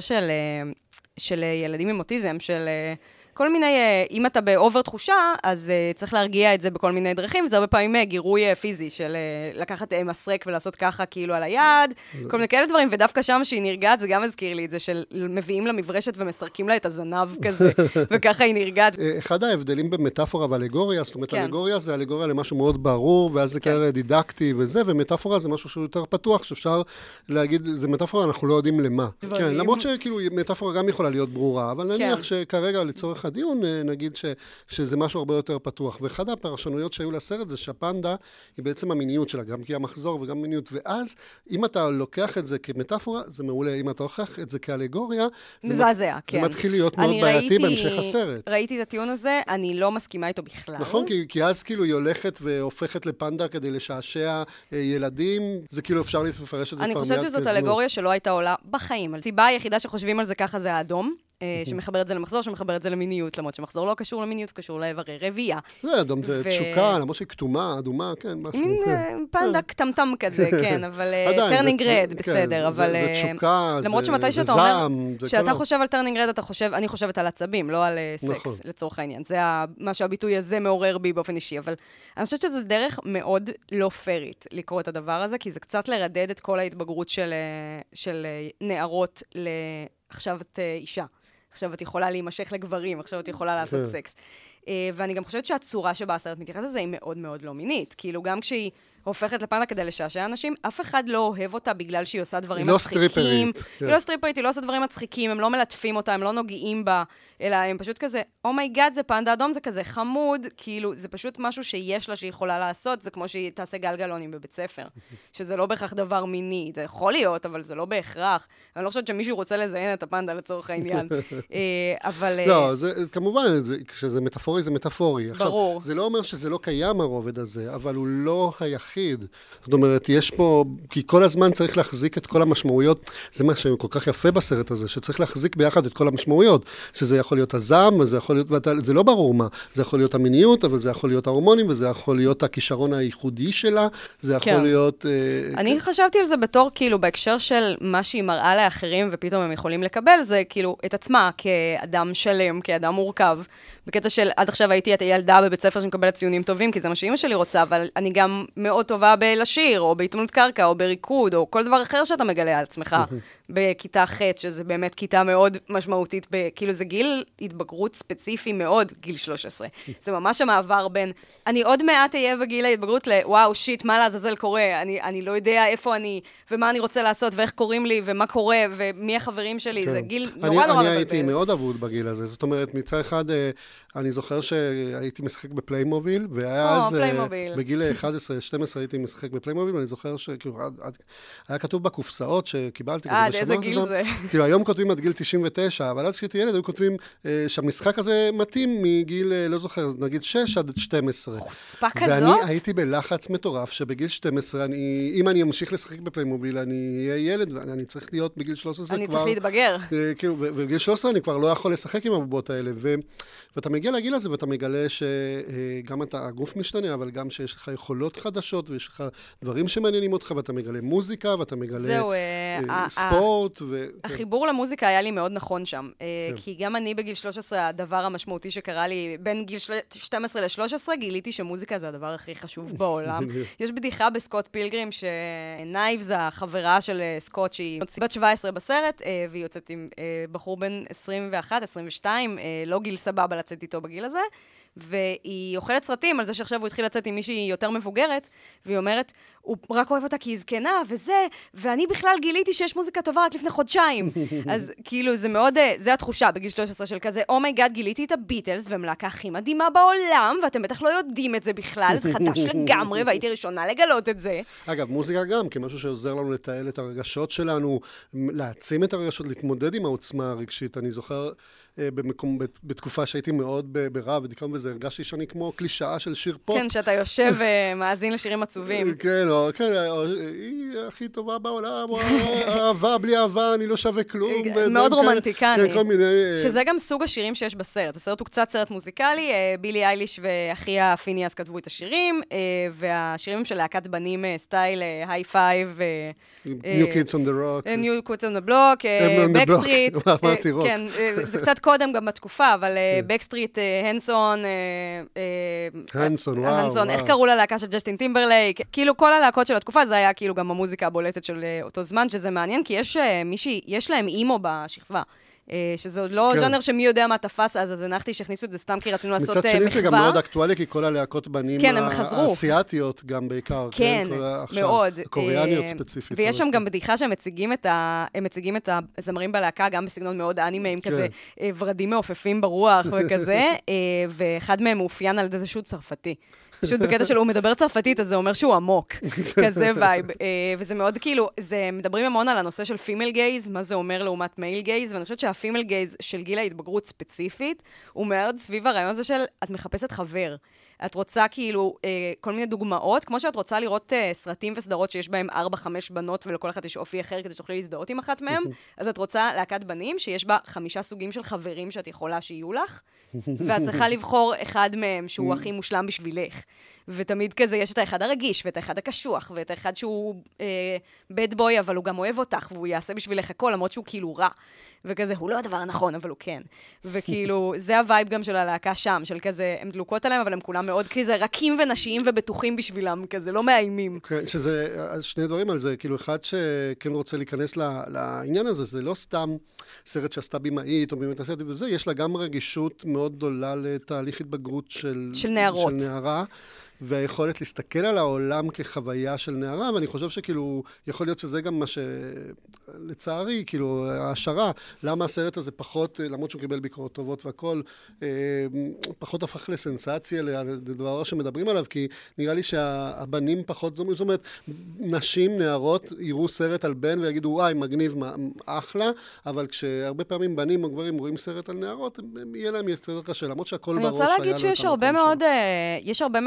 של ילדים עם אוטיזם, של כל מיני, אם אתה באובר תחושה, אז צריך להרגיע את זה בכל מיני דרכים, וזה הרבה פעמים גירוי פיזי, של לקחת מסרק ולעשות ככה כאילו על היד, כל מיני כאלה דברים, ודווקא שם שהיא נרגעת, זה גם הזכיר לי את זה, של מביאים לה מברשת ומסרקים לה את הזנב כזה, וככה היא נרגעת. אחד ההבדלים במטאפורה ואלגוריה, זאת אומרת, אלגוריה זה אלגוריה למשהו מאוד ברור, ואז זה כנראה דידקטי וזה, ומטאפורה זה משהו שהוא יותר פתוח, שאפשר להגיד, זה מטאפורה, אנחנו לא יודעים למה. כן, למרות שכאילו מטאפורה גם יכולה להיות ברורה, אבל נניח שכרגע לצורך הדיון, נגיד שזה משהו הרבה יותר פתוח. ואחד הפרשנויות שהיו לסרט זה שהפנדה היא בעצם המיניות שלה, גם כי המחזור וגם מיניות. ואז, אם אתה לוקח את זה כמטאפורה, זה מעולה. אם אתה לוקח את זה כאלגוריה, מזעזע, כן. זה מתחיל להיות מאוד בעייתי בהמשך הסרט. ראיתי את הטיעון הזה, אני לא מסכימה איתו בכלל. נכון, כי אז כאילו היא הולכת והופכת לפנדה כדי לשעשע ילדים, זה כאילו אפשר לפרש את זה אני חושבת שזאת אלגוריה שלא הייתה עולה בחיים. הסיבה היחידה שחושבים על זה ככה זה האדום, שמחבר את זה למחזור, שמחבר את זה למיניות, למרות שמחזור לא קשור למיניות, קשור לאיברי רבייה. זה אדום, זה תשוקה, למרות שהיא כתומה, אדומה, כן, משהו. מין פנדה קטמטם כזה, כן, אבל טרנינג רד, בסדר, אבל... זה תשוקה, למרות שמתי שאתה אומר, שאתה חושב על טרנינג רד, אני חושבת על עצבים, לא על סקס, לצורך העניין. זה מה שהביטוי הזה מעורר בי באופן אישי, אבל אני חושבת שזה דרך מאוד לא פיירית לקרוא את הדבר הזה, כי זה קצת לרדד את כל ההתבגרות של נערות עכשיו את אישה. עכשיו את יכולה להימשך לגברים, עכשיו את יכולה לעשות סקס. ואני גם חושבת שהצורה שבה הסרט מתייחס לזה היא מאוד מאוד לא מינית. כאילו גם כשהיא הופכת לפנדה כדי לשעשע אנשים, אף אחד לא אוהב אותה בגלל שהיא עושה דברים מצחיקים. היא לא סטריפרית, היא לא עושה דברים מצחיקים, הם לא מלטפים אותה, הם לא נוגעים בה, אלא הם פשוט כזה, אומייגאד, זה פנדה אדום, זה כזה חמוד, כאילו, זה פשוט משהו שיש לה שהיא יכולה לעשות, זה כמו שהיא תעשה גלגלונים בבית ספר, שזה לא בהכרח דבר מיני, זה יכול להיות, אבל זה לא בהכרח. אני לא חושבת שמישהו רוצה לזיין את הפנדה לצורך העניין. אבל... לא, כמובן, כשזה מטאפורי, זה מטאפורי. ברור. זה לא אומר שזה לא קיים הרובד הזה, אבל הוא לא היחיד. אחיד. זאת אומרת, יש פה, כי כל הזמן צריך להחזיק את כל המשמעויות, זה מה שכל כך יפה בסרט הזה, שצריך להחזיק ביחד את כל המשמעויות, שזה יכול להיות הזעם, וזה יכול להיות, זה לא ברור מה, זה יכול להיות המיניות, אבל זה יכול להיות ההורמונים, וזה יכול להיות הכישרון הייחודי שלה, זה יכול להיות... אני חשבתי על זה בתור, כאילו, בהקשר של מה שהיא מראה לאחרים, ופתאום הם יכולים לקבל, זה כאילו את עצמה כאדם שלם, כאדם מורכב. בקטע של, עד עכשיו הייתי את הילדה בבית ספר שמקבלת ציונים טובים, כי זה מה שאמא שלי רוצה, אבל אני גם מאוד טובה בלשיר, או בהתאמנות קרקע, או בריקוד, או כל דבר אחר שאתה מגלה על עצמך, בכיתה ח', שזה באמת כיתה מאוד משמעותית, כאילו זה גיל התבגרות ספציפי מאוד, גיל 13. זה ממש המעבר בין, אני עוד מעט אהיה בגיל ההתבגרות וואו, שיט, מה לעזאזל קורה? אני לא יודע איפה אני, ומה אני רוצה לעשות, ואיך קוראים לי, ומה קורה, ומי החברים שלי. זה גיל נורא נורא מבלבל. אני הייתי מאוד אבוד בגיל הזה. זאת אומרת, מצד אחד, אני זוכר שהייתי משחק בפליימוביל, והיה אז, בגיל 11-12 הייתי משחק בפליימוביל, ואני זוכר שכאילו, היה כתוב בקופסאות שקיבלתי. עד איזה גיל זה? כאילו, היום כותבים עד גיל 99, אבל אז כשהייתי ילד, היו כותבים שהמשחק הזה מתאים מגיל, לא זוכר, נגיד 6 עד 12. חוצפה כזאת? ואני הייתי בלחץ מטורף, שבגיל 12, אם אני אמשיך לשחק בפליימוביל, אני אהיה ילד, ואני צריך להיות בגיל 13 כבר... אני צריך להתבגר. כאילו, ובגיל 13 אני כבר לא יכול לשחק עם הבובות האלה, ואתה מגיע לגיל הזה, ואתה מגלה שגם הגוף משתנה, אבל גם שיש לך יכולות חדשות, ויש לך דברים שמעניינים אותך, ואתה מגלה מוזיקה, ואתה מגלה ספורט. החיבור למוזיקה היה לי מאוד נכון שם, כי גם אני בגיל 13, הדבר המשמעותי שקרה לי, בין גיל 12 ל-13, גיליתי שמוזיקה זה הדבר הכי חשוב בעולם. יש בדיחה בסקוט פילגרים, שנייבס, החברה של סקוט, שהיא בת 17 בסרט, והיא יוצאת עם בחור בן 21, 22, לא גיל סבבה לצאת איתו בגיל הזה, והיא אוכלת סרטים על זה שעכשיו הוא התחיל לצאת עם מישהי יותר מבוגרת, והיא אומרת, הוא רק אוהב אותה כי היא זקנה, ואני בכלל גיליתי שיש מוזיקה טובה רק לפני חודשיים. אז כאילו זה מאוד, זה התחושה בגיל 13 של כזה, אומייגאד, גיליתי את הביטלס, והם להקה הכי מדהימה בעולם, ואתם בטח לא יודעים את זה בכלל, זה חדש לגמרי, והייתי ראשונה לגלות את זה. אגב, מוזיקה גם, כמשהו שעוזר לנו לתעל את הרגשות שלנו, להעצים את הרגשות, להתמודד עם העוצמה הרגשית. אני זוכר בתקופה שהייתי מאוד ברע ודיכאון, וזה הרגשתי שאני כמו קלישאה של שיר פופ. כן, שאתה יושב ומאזין לשירים עצובים. כן, היא הכי טובה בעולם, אהבה, בלי אהבה, אני לא שווה כלום. מאוד רומנטיקני. שזה שזה גם סוג השירים שיש בסרט. הסרט הוא קצת סרט מוזיקלי, בילי אייליש ואחיה פיניאס כתבו את השירים, והשירים של להקת בנים סטייל היי פייב, New Kids on the Rock. New Kids on the Block, בקסטריט. כן, זה קצת קודם גם בתקופה, אבל בקסטריט, הנסון, וואו. איך קראו ללהקה של ג'סטין טימברלייק? כאילו כל הלהקות של התקופה, זה היה כאילו גם המוזיקה הבולטת של אותו זמן, שזה מעניין, כי יש להם אימו בשכבה. שזה עוד לא ז'אנר שמי יודע מה תפס אז הנחתי שהכניסו את זה סתם כי רצינו לעשות מחווה. מצד שני זה גם מאוד אקטואלי, כי כל הלהקות בנים האסייתיות גם בעיקר. כן, מאוד. הקוריאניות ספציפית. ויש שם גם בדיחה שהם מציגים את הזמרים בלהקה, גם בסגנון מאוד אנימיים כזה, ורדים מעופפים ברוח וכזה, ואחד מהם מאופיין על ידי שהוא צרפתי. פשוט בקטע שלו הוא מדבר צרפתית, אז זה אומר שהוא עמוק, כזה וייב. וזה מאוד כאילו, מדברים המון על הנושא של פימל גייז, מה זה אומר לעומת מייל גייז, ואני חושבת שהפימל גייז של גיל ההתבגרות ספציפית, הוא מאוד סביב הרעיון הזה של, את מחפשת חבר. את רוצה כאילו כל מיני דוגמאות, כמו שאת רוצה לראות סרטים וסדרות שיש בהם 4-5 בנות, ולכל אחת יש אופי אחר כדי שתוכלי להזדהות עם אחת מהם, אז את רוצה להקת בנים שיש בה 5 סוגים של חברים שאת יכולה שיהיו לך, ואת צריכה לבחור אחד מהם שהוא הכי מושלם בשבילך. ותמיד כזה יש את האחד הרגיש, ואת האחד הקשוח, ואת האחד שהוא בד בוי, אבל הוא גם אוהב אותך, והוא יעשה בשבילך הכל, למרות שהוא כאילו רע. וכזה, הוא לא הדבר הנכון, אבל הוא כן. וכאילו, זה הווייב גם של הלהקה שם, של כזה, הם דלוקות עליהם, אבל הם כולם מאוד כזה רכים ונשיים ובטוחים בשבילם, כזה, לא מאיימים. כן, שזה, שני דברים על זה, כאילו, אחד שכן רוצה להיכנס לעניין הזה, זה לא סתם סרט שעשתה בימאית, או באמת הסרט וזה, יש לה גם רגישות מאוד גדולה לתהליך התבגרות של נערות. של נערה. והיכולת להסתכל על העולם כחוויה של נערה, ואני חושב שכאילו, יכול להיות שזה גם מה לצערי, כאילו, ההשערה, למה הסרט הזה פחות, למרות שהוא קיבל ביקורות טובות והכל, פחות הפך לסנסציה, לדבר שמדברים עליו, כי נראה לי שהבנים פחות, זאת אומרת, נשים, נערות, יראו סרט על בן ויגידו, וואי, מגניב, אחלה, אבל כשהרבה פעמים בנים או גברים רואים סרט על נערות, יהיה להם יותר קשה, למרות שהכל בראש היה... אני רוצה להגיד שיש הרבה מאוד ביקורות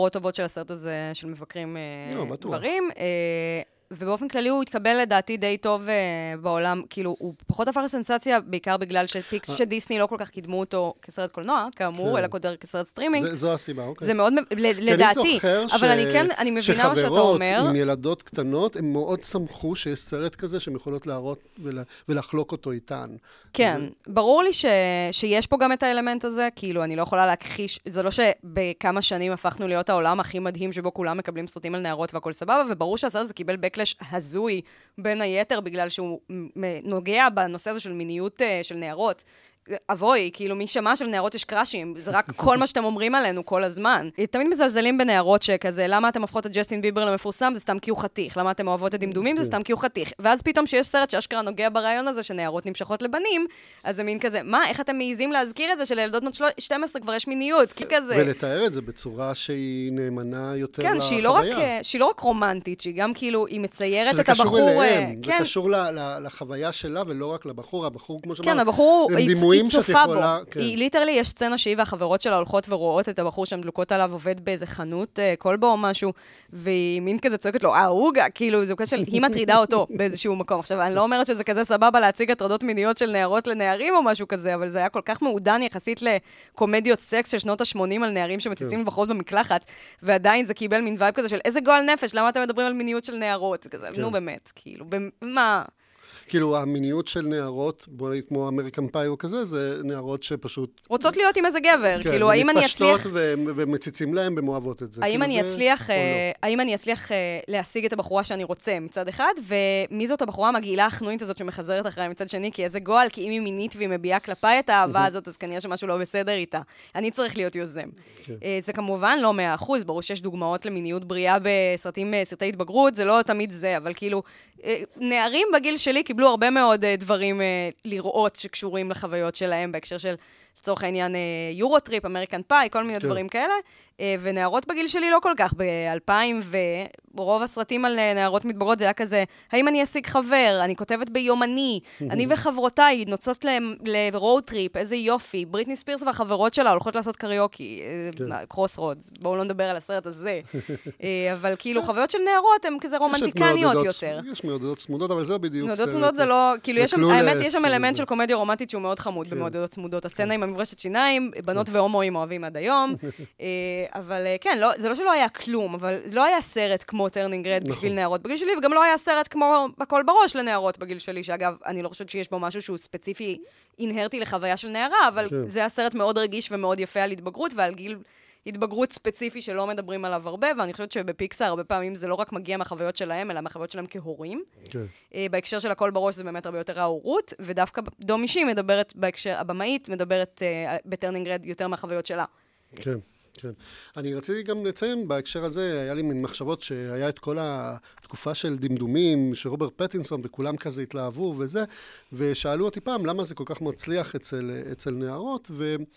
ביקורות טובות של הסרט הזה, של מבקרים דברים. ובאופן כללי הוא התקבל לדעתי די טוב בעולם, כאילו הוא פחות הפך לסנסציה, בעיקר בגלל שדיסני לא כל כך קידמו אותו כסרט קולנוע, כאמור, אלא קודם כסרט סטרימינג. זו הסיבה, אוקיי. זה מאוד, לדעתי, אבל אני מבינה מה שאתה אומר. שחברות עם ילדות קטנות, הם מאוד שמחו שיש סרט כזה שהן יכולות להראות ולחלוק אותו איתן. כן, ברור לי שיש פה גם את האלמנט הזה, כאילו אני לא יכולה להכחיש, זה לא שבכמה שנים הפכנו להיות העולם הכי מדהים שבו כולם מקבלים סרטים על נערות והכל סבבה, וברור שהסרט הזה קיבל בקלש הזוי בין היתר, בגלל שהוא נוגע בנושא הזה של מיניות של נערות. אבוי, כאילו מי שמע של נערות יש קראשים, זה רק כל מה שאתם אומרים עלינו כל הזמן. תמיד מזלזלים בנערות שכזה, למה אתם הופכות את ג'סטין ביבר למפורסם? זה סתם כי הוא חתיך. למה אתם אוהבות את דמדומים? זה סתם כי הוא חתיך. ואז פתאום שיש סרט שאשכרה נוגע ברעיון הזה שנערות נמשכות לבנים, אז זה מין כזה, מה, איך אתם מעיזים להזכיר את זה שלילדות בנות 12 כבר יש מיניות? כי כזה. ולתאר את זה בצורה שהיא נאמנה יותר כן, לחוויה. שהיא לא רק רומנטית, שהיא גם כאילו, היא מציירת את הבחור. זה קשור לחוויה שלה ולא רק לבחור. הבחור, כמו שאמרת, כן, הבחור, היא צופה בו. היא ליטרלי, יש סצנה שהיא והחברות שלה הולכות ורואות את הבחור שהן דלוקות עליו, עובד באיזה חנות כלבו או משהו, והיא מין כזה צועקת לו, אהוגה, כאילו, זה קשר, היא מטרידה אותו באיזשהו מקום. עכשיו, אני לא אומרת שזה כזה סבבה להציג הטרדות מיניות של נערות לנערים או משהו כזה, אבל זה היה כל כך מעודן יחסית לקומדיות סקס של שנות ה-80 על נערים שמציצים לבחורות במקלחת, ועדיין זה קיבל מין וייב כזה של איזה גועל נפש, למה אתם מדברים על מיניות של נערות? כזה, נו באמת, כאילו, מה? כאילו, המיניות של נערות, בוא נגיד כמו אמריקן פאי או כזה, זה נערות שפשוט רוצות להיות עם איזה גבר. כן, כאילו, האם אני אצליח ומציצים להם ומאוהבות את זה. האם כאילו אני אצליח להשיג את הבחורה שאני רוצה מצד אחד, ומי זאת הבחורה המגעילה החנונית הזאת שמחזרת אחריי מצד שני, כי איזה גועל, כי אם היא מינית והיא מביעה כלפיי את האהבה הזאת, אז כנראה שמשהו לא בסדר איתה. אני צריך להיות יוזם. זה כמובן לא 100%, ברור שיש דוגמאות למיניות בריאה בסרטי התבגרות, זה לא תמיד זה, אבל כאילו, נערים בגיל שלי קיבלו הרבה מאוד דברים לראות שקשורים לחוויות שלהם, בהקשר של, לצורך העניין, יורוטריפ, אמריקן פאי, כל מיני דברים כאלה, ונערות בגיל שלי לא כל כך, ב-2000 ורוב הסרטים על נערות מתבגרות זה היה כזה, האם אני אשיג חבר? אני כותבת ביומני, אני וחברותיי נוצאות לרוד טריפ, איזה יופי, בריטני ספירס והחברות שלה הולכות לעשות קריוקי, קרוס רודס, בואו לא נדבר על הסרט הזה, אבל כאילו חוויות של נערות הן כזה רומנטיקניות יותר. יש מעודדות צמודות, אבל זה לא בדיוק. מעודדות צמודות זה לא, כאילו האמת יש שם אלמנט של קומדיה רומנטית שהוא מאוד חמוד במעודדות צמודות, הסצנה עם המברשת שיניים, בנות והומואים אוהבים עד היום, אבל כן, זה לא שלא היה כלום, אבל לא היה סרט כמו טרנינג רד בשביל נערות בגיל שלי, וגם לא היה סרט כמו הכל בראש לנערות בגיל שלי, שאגב, אני לא חושבת שיש בו משהו שהוא ספציפי, אינהרטי לחוויה של נערה, אבל זה היה סרט מאוד רגיש ומאוד יפה על התבגרות, ועל גיל התבגרות ספציפי שלא מדברים עליו הרבה, ואני חושבת שבפיקסאר הרבה פעמים זה לא רק מגיע מהחוויות שלהם, אלא מהחוויות שלהם כהורים. בהקשר של הכל בראש זה באמת הרבה יותר ההורות, ודווקא דום אישי מדברת בהקשר, הבמאית מדברת בטרנינג רד יותר מהחוויות שלה. כן. כן. אני רציתי גם לציין בהקשר הזה, היה לי מין מחשבות שהיה את כל התקופה של דמדומים, שרוברט פטינסון וכולם כזה התלהבו וזה, ושאלו אותי פעם למה זה כל כך מצליח אצל נערות,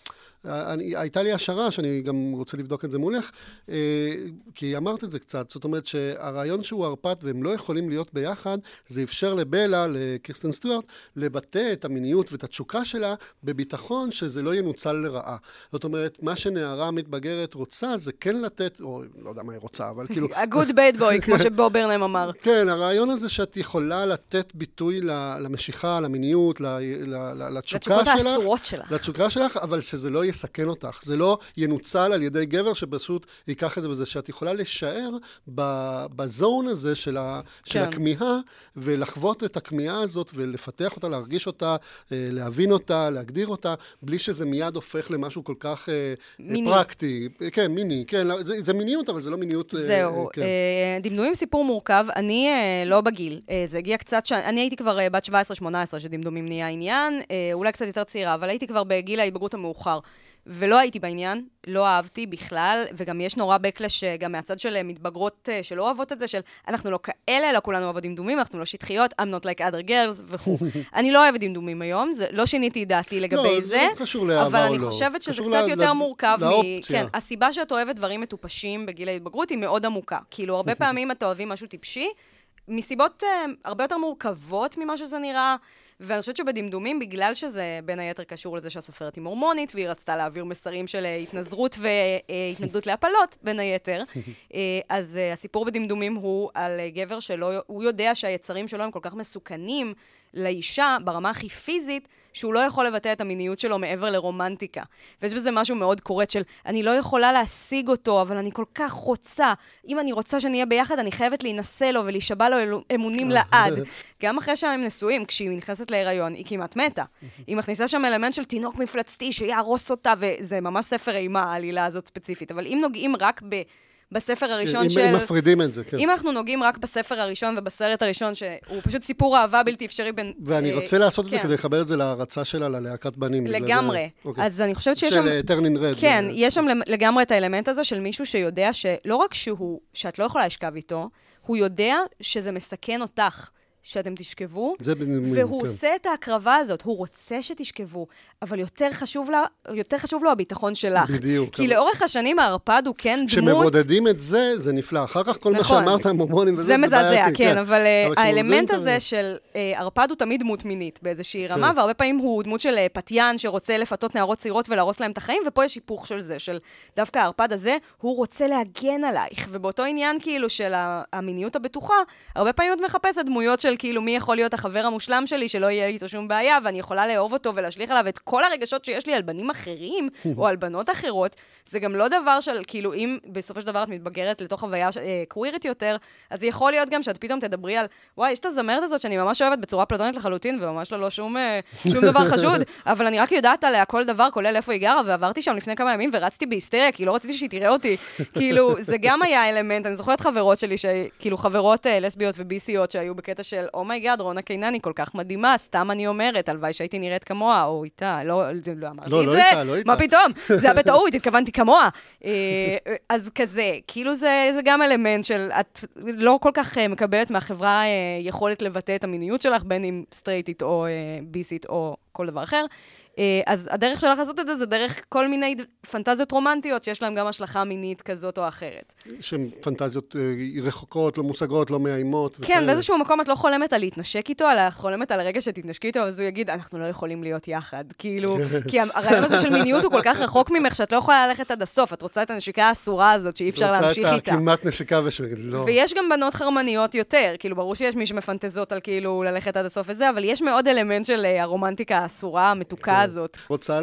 והייתה לי השערה שאני גם רוצה לבדוק את זה מולך, כי אמרת את זה קצת, זאת אומרת שהרעיון שהוא הרפת והם לא יכולים להיות ביחד, זה אפשר לבלה, לקירסטן סטוארט, לבטא את המיניות ואת התשוקה שלה בביטחון שזה לא ינוצל לרעה. זאת אומרת, מה שנערה מתבגרת רוצה, זה כן לתת, או לא יודע מה היא רוצה, אבל כאילו a good bad boy, כמו שבוב ברנם אמר. כן, הרעיון הזה שאת יכולה לתת ביטוי למשיכה, למיניות, לתשוקה שלך. לתשוקות האסורות שלך. לתשוקה שלך, אבל שזה לא יסכן אותך. זה לא ינוצל על ידי גבר שפשוט ייקח את זה בזה, שאת יכולה לשער בזון הזה של הכמיהה, ולחוות את הכמיהה הזאת, ולפתח אותה, להרגיש אותה, להבין אותה, להגדיר אותה, בלי שזה מיד הופך למשהו כל כך פרקטי. כן, מיני. כן, זה מיניות, אבל זה לא מיניות. זהו. דמדומים סיפור מורכב. אני לא בגיל. זה הגיע קצת אני הייתי כבר בת 17-18 שדמדומים נהיה עניין, אולי קצת יותר צעירה, אבל הייתי כבר בגיל ההתבגרות המאוחר. ולא הייתי בעניין, לא אהבתי בכלל, וגם יש נורא בקלש גם מהצד של מתבגרות שלא אוהבות את זה, של אנחנו לא כאלה, לא כולנו אוהבות דמדומים, אנחנו לא שטחיות, I'm not like other girls וכו'. אני לא אוהבת דמדומים היום, לא שיניתי דעתי לגבי זה, אבל אני חושבת שזה קצת יותר מורכב כן, הסיבה שאת אוהבת דברים מטופשים בגיל ההתבגרות היא מאוד עמוקה. כאילו, הרבה פעמים את אוהבים משהו טיפשי, מסיבות הרבה יותר מורכבות ממה שזה נראה, ואני חושבת שבדמדומים, בגלל שזה בין היתר קשור לזה שהסופרת היא מורמונית, והיא רצתה להעביר מסרים של התנזרות והתנגדות להפלות, בין היתר, אז הסיפור בדמדומים הוא על גבר הוא יודע שהיצרים שלו הם כל כך מסוכנים לאישה ברמה הכי פיזית, שהוא לא יכול לבטא את המיניות שלו מעבר לרומנטיקה. ויש בזה משהו מאוד קורט של, אני לא יכולה להשיג אותו, אבל אני כל כך רוצה. אם אני רוצה שנהיה ביחד, אני חייבת להינשא לו ולהישבע לו אמונים לעד. גם אחרי שהם נשואים, כשהיא נכנסת להיריון, היא כמעט מתה. היא מכניסה שם אלמנט של תינוק מפלצתי שיהרוס אותה, וזה ממש ספר אימה, העלילה הזאת ספציפית. אבל אם נוגעים רק בספר הראשון של... אם מפרידים את זה, כן. אם אנחנו נוגעים רק בספר הראשון ובסרט הראשון, שהוא פשוט סיפור אהבה בלתי אפשרי בין... ואני רוצה לעשות את זה כדי לחבר את זה להרצה שלה, ללהקת בנים. לגמרי. אז אני חושבת שיש שם... של טרנין רד. כן, יש שם לגמרי את האלמנט הזה של מישהו שיודע שלא רק שאת לא יכולה לשכב איתו, הוא יודע שזה מסכן אותך. שאתם תשכבו, והוא עושה את ההקרבה הזאת, הוא רוצה שתשכבו, אבל יותר חשוב לו הביטחון שלך. בדיוק. כי לאורך השנים הערפד הוא כן דמות... כשמבודדים את זה, זה נפלא. אחר כך כל מה שאמרת, המורמונים, זה מזעזע, כן, אבל האלמנט הזה של ערפד הוא תמיד דמות מינית באיזושהי רמה, והרבה פעמים הוא דמות של פתיין שרוצה לפתות נערות צעירות ולהרוס להם את החיים, ופה יש היפוך של זה, של דווקא הערפד הזה, הוא רוצה להגן עלייך, ובאותו עניין כאילו של המיניות הבטוחה, הרבה פעמים את מחפשת דמויות של כאילו מי יכול להיות החבר המושלם שלי, שלא יהיה איתו שום בעיה, ואני יכולה לאהוב אותו ולהשליך עליו את כל הרגשות שיש לי על בנים אחרים, או על בנות אחרות. זה גם לא דבר של, כאילו, אם בסופו של דבר את מתבגרת לתוך חוויה קווירית יותר, אז יכול להיות גם שאת פתאום תדברי על, וואי, יש את הזמרת הזאת שאני ממש אוהבת בצורה פלטונית לחלוטין, וממש לא שום דבר חשוד, אבל אני רק יודעת עליה כל דבר, כולל איפה היא גרה, ועברתי שם לפני כמה ימים ורצתי בהיסטריה, כי לא רציתי שהיא תראה אותי. כאילו, זה גם היה אלמנט. אני זוכרת חברות שלי, כאילו, חברות לסביות וביסיות שהיו בקטע של, אומייגאד, רונה קינני כל כך מדהימה, סתם אני אומרת, הלוואי שהייתי נראית כמוה, או איתה, לא אמרתי את זה, מה פתאום? זה היה בטעות, התכוונתי כמוה. אז כזה, כאילו זה גם אלמנט של, את לא כל כך מקבלת מהחברה יכולת לבטא את המיניות שלך, בין אם סטרייטית או ביסית או כל דבר אחר. אז הדרך שלך לעשות את זה, זה דרך כל מיני פנטזיות רומנטיות, שיש להם גם השלכה מינית כזאת או אחרת. שהן פנטזיות רחוקות, לא מושגות, לא מאיימות. כן, באיזשהו מקום את לא חולמת על להתנשק איתו, אלא חולמת על הרגע שתתנשקי איתו, אז הוא יגיד, אנחנו לא יכולים להיות יחד. כאילו, כי הרעיון הזה של מיניות הוא כל כך רחוק ממך, שאת לא יכולה ללכת עד הסוף. את רוצה את הנשיקה האסורה הזאת, שאי אפשר להמשיך איתה. רוצה את הכמעט נשיקה לא. ויש גם בנות חרמניות יותר. כאילו, ברור שיש מי שמפנטזות על כאילו ללכת עד הסוף וזה, אבל יש מאוד אלמנט של הרומנטיקה האסורה, המתוקה הזאת. רוצה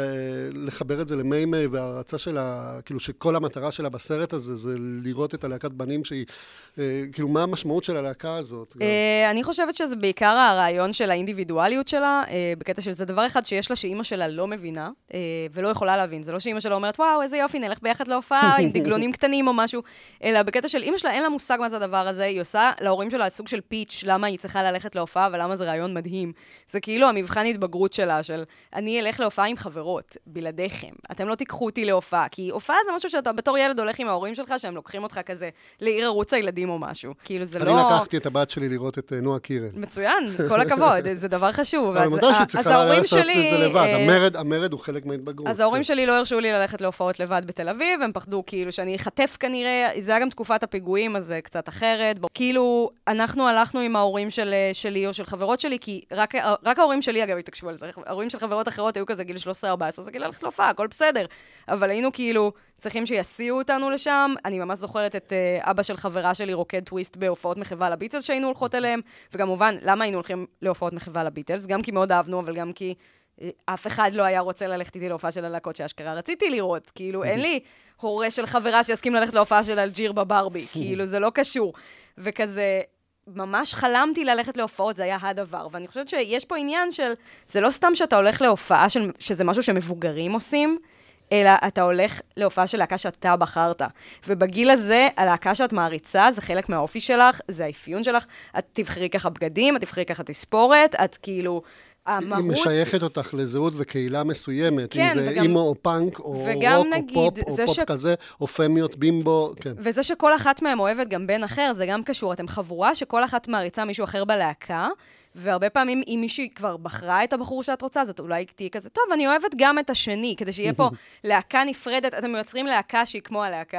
לחבר את זה למיימי, וההרצה שלה, כאילו שכל המטרה שלה בסרט הזה, זה לראות את הלהקת בנים שהיא, כאילו מה המשמעות של הלהקה הזאת? אני חושבת שזה בעיקר הרעיון של האינדיבידואליות שלה, בקטע של זה דבר אחד שיש לה שאימא שלה לא מבינה, ולא יכולה להבין. זה לא שאימא שלה אומרת, וואו, איזה יופי, נלך ביחד להופעה עם דגלונים קטנים או משהו, אלא בקטע של אימא שלה אין לה מושג מה זה הדבר הזה, היא עושה להורים שלה סוג של פיץ' למה היא צריכה ללכת להופעה ולמה זה רעיון מדהים. זה כאילו המבחן התבגרות שלה של אני אלך להופעה עם חברות, בלעדיכם. אתם לא תיקחו אותי להופעה, כי הופעה זה משהו שאתה בתור ילד הולך עם ההורים שלך, שהם לוקחים אותך כזה לעיר ערוץ הילדים או משהו. כאילו זה לא... אני לקחתי את הבת שלי לראות את נועה קירל. מצוין, כל הכבוד, זה דבר חשוב. אבל מדי שצריכה לעשות את זה לבד. המרד הוא חלק מההתבגרות. אז ההורים שלי לא הרשו לי ללכת להופעות לבד בתל אביב, הם פחדו כאילו שאני אחטף כנראה, זה היה גם תקופת הפיגועים, אז זה קצת אחרת. כאילו, אנחנו הלכנו עם ההורים שלי או של חברות שלי, כי רק ההורים שלי, אגב, התעקשו על זה. ההורים של חברות אחרות היו כזה גיל 13-14, אז גיל ללכת להופעה, הכל בסדר. אבל היינו כאילו צריכים שיסיעו אותנו לשם. אני ממש זוכרת את אבא של חברה שלי רוקד טוויסט בהופעות מחווה לביטלס שהיינו הולכות אליהם, וכמובן, למה היינו הולכים להופעות מחווה לביטלס? גם כי מאוד אהבנו, אבל גם כי אף אחד לא היה רוצה ללכת איתי להופעה של הלהקות שאשכרה רציתי לראות. כאילו, אין לי הורה של חברה שיסכים ללכת להופעה של אלג'יר בברבי. כאילו, זה לא קשור. וכזה... ממש חלמתי ללכת להופעות, זה היה הדבר. ואני חושבת שיש פה עניין של, זה לא סתם שאתה הולך להופעה שזה משהו שמבוגרים עושים, אלא אתה הולך להופעה של להקה שאתה בחרת. ובגיל הזה, הלהקה שאת מעריצה, זה חלק מהאופי שלך, זה האפיון שלך, את תבחרי ככה בגדים, את תבחרי ככה תספורת, את כאילו... היא משייכת אותך לזהות וקהילה מסוימת, אם זה אימו או פאנק, או רוק, או פופ, או פופ כזה, או פמיות, בימבו, כן. וזה שכל אחת מהם אוהבת גם בן אחר, זה גם קשור. אתם חבורה שכל אחת מעריצה מישהו אחר בלהקה, והרבה פעמים, אם מישהי כבר בחרה את הבחור שאת רוצה, זאת אולי תהיה כזה, טוב, אני אוהבת גם את השני, כדי שיהיה פה להקה נפרדת, אתם מייצרים להקה שהיא כמו הלהקה,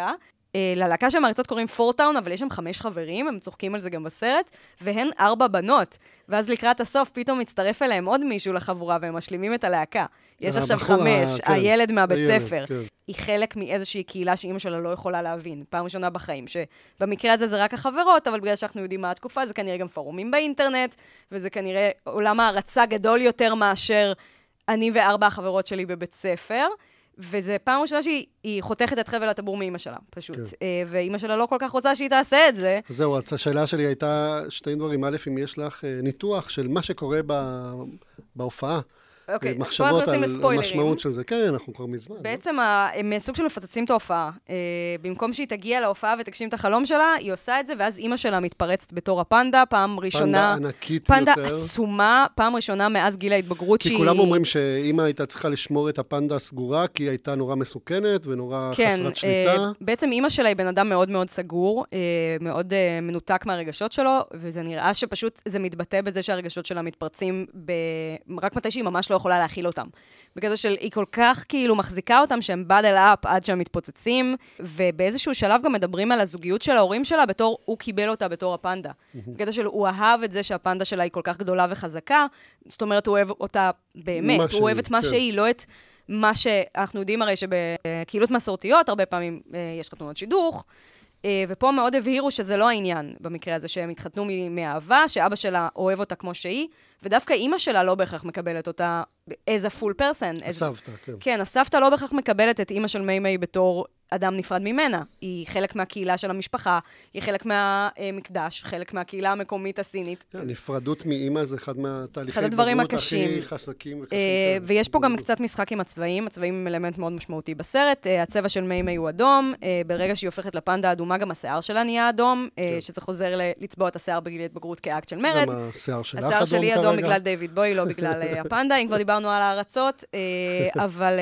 ללהקה שהמעריצות קוראים פורטאון, אבל יש שם 5 חברים, הם צוחקים על זה גם בסרט, והן 4 בנות. ואז לקראת הסוף פתאום מצטרף אליהם עוד מישהו לחבורה, והם משלימים את הלהקה. יש עכשיו 5, הילד מהבית ספר. היא חלק מאיזושהי קהילה שאמא שלה לא יכולה להבין, פעם ראשונה בחיים, שבמקרה הזה זה רק החברות, אבל בגלל שאנחנו יודעים מה התקופה, זה כנראה גם פורומים באינטרנט, וזה כנראה עולם הערצה גדול יותר מאשר אני ו4 החברות שלי בבית ספר, וזה פעם ראשונה שהיא חותכת את חבל הטבור מאמא שלה, פשוט. ואמא שלה לא כל כך רוצה שהיא תעשה את זה. זהו, השאלה שלי הייתה 2 דברים. א', אם יש לך ניתוח של מה שקורה בהופעה, מחשבות על המשמעות של זה. כן, אנחנו כבר מזמן. בעצם הם סוג של מפוצצים את ההופעה. במקום שהיא תגיע להופעה ותגשים את החלום שלה, היא עושה את זה, ואז אמא שלה מתפרצת בתור הפנדה, פעם ראשונה... פנדה ענקית יותר. פנדה עצומה, פעם ראשונה מאז גיל ההתבגרות שהיא... כי כולם אומרים שאמא הייתה צריכה לשמור את הפנדה הסגורה, כי היא הייתה נורא מסוכנת ונורא חסרת שליטה. בעצם אמא שלה היא בן אדם מאוד מאוד סגור, מאוד מנותק מהרגשות שלו, וזה נראה שפשוט זה מתבטא בזה שהרגשות שלה מתפרצים רק מתי שהיא ממש לא יכולה להכיל אותם. בגלל של היא כל כך כאילו מחזיקה אותם שהם בדל אפ עד שהם מתפוצצים, ובאיזשהו שלב גם מדברים על הזוגיות של ההורים שלה בתור, הוא קיבל אותה בתור הפנדה. בגלל של הוא אהב את זה שהפנדה שלה היא כל כך גדולה וחזקה, זאת אומרת, הוא אוהב אותה באמת, הוא אוהב את מה שהיא, לא את מה שאנחנו יודעים הרי שבקהילות מסורתיות, הרבה פעמים יש חתונות שידוך, ופה מאוד הבהירו שזה לא העניין במקרה הזה, שהם התחתנו מאהבה, שאבא שלה אוהב אותה כמו שהיא, ודווקא אימא שלה לא בהכרח מקבלת אותה as a full person. הסבתא, כן. כן, הסבתא לא בהכרח מקבלת את אימא של מי בתור אדם נפרד ממנה. היא חלק מהקהילה של המשפחה, היא חלק מהמקדש, חלק מהקהילה המקומית הסינית. נפרדות מאימא זה אחד מהתהליכי התבגרות הכי חזקים. ויש פה גם קצת משחק עם הצבעים, הצבעים הם אלמנט מאוד משמעותי בסרט. הצבע של מי הוא אדום, ברגע שהיא הופכת לפנדה האדומה, גם השיער שלה נהיה אדום, שזה חוזר לצבוע את השיער בגיל התבגרות כאקט של מרד. גם השיער שלך השיער שלי אדום בגלל דיוויד בוי, לא בגלל הפנדה, אם כבר דיברנו על הארצות, אבל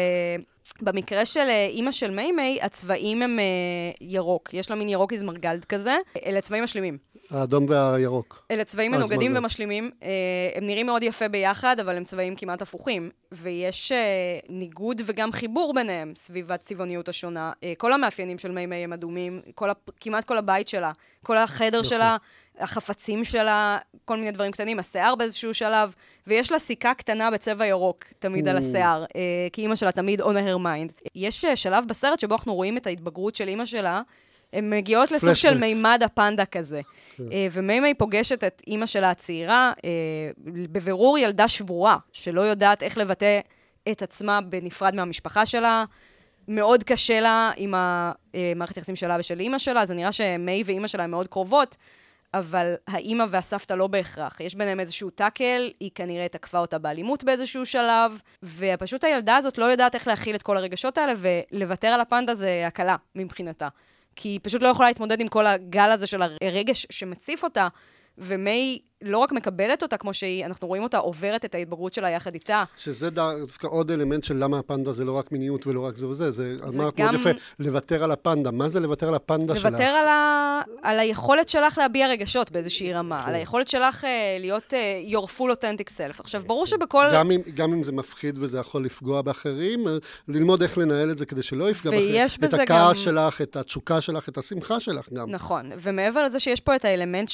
במקרה של אימא של מי, הצבעים הם ירוק. יש לה מין ירוק איזמרגלד כזה. אלה צבעים משלימים. האדום והירוק. אלה צבעים מנוגדים ומשלימים. הם נראים מאוד יפה ביחד, אבל הם צבעים כמעט הפוכים. ויש ניגוד וגם חיבור ביניהם סביב הצבעוניות השונה. כל המאפיינים של מי הם אדומים, כמעט כל הבית שלה, כל החדר שלה, החפצים שלה, כל מיני דברים קטנים, השיער באיזשהו שלב, ויש לה סיכה קטנה בצבע ירוק, תמיד על השיער, כי אימא שלה תמיד on her mind. יש שלב בסרט שבו אנחנו רואים את ההתבגרות של אימא שלה, הן מגיעות לסוג של מימד הפנדה כזה. ומי פוגשת את אימא שלה הצעירה, בבירור ילדה שבורה, שלא יודעת איך לבטא את עצמה בנפרד מהמשפחה שלה, מאוד קשה לה עם המערכת יחסים שלה ושל אימא שלה, זה נראה שמי ואימא שלה הן מאוד קרובות, אבל האימא והסבתא לא בהכרח. יש ביניהם איזשהו טאקל, היא כנראה תקפה אותה באלימות באיזשהו שלב, ופשוט הילדה הזאת לא יודעת איך להכיל את כל הרגשות האלה, ולוותר על הפנדה זה הקלה מבחינתה. כי היא פשוט לא יכולה להתמודד עם כל הגל הזה של הרגש שמציף אותה, ומי לא רק מקבלת אותה כמו שהיא, אנחנו רואים אותה עוברת את ההתבגרות שלה יחד איתה. שזה דווקא עוד אלמנט של למה הפנדה זה לא רק מיניות ולא רק זה וזה. זה אמרת מאוד יפה, לוותר על הפנדה. מה זה לוותר על הפנדה שלך? לוותר על היכולת שלך להביע רגשות באיזושהי רמה, על היכולת שלך להיות your full authentic self. עכשיו, ברור שבכל... גם אם זה מפחיד וזה יכול לפגוע באחרים, ללמוד איך לנהל את זה כדי שלא יפגע באחרים. את הכעס שלך, את התשוקה שלך, את השמחה שלך גם. נכון. ומעבר לזה שיש פה את האלמנט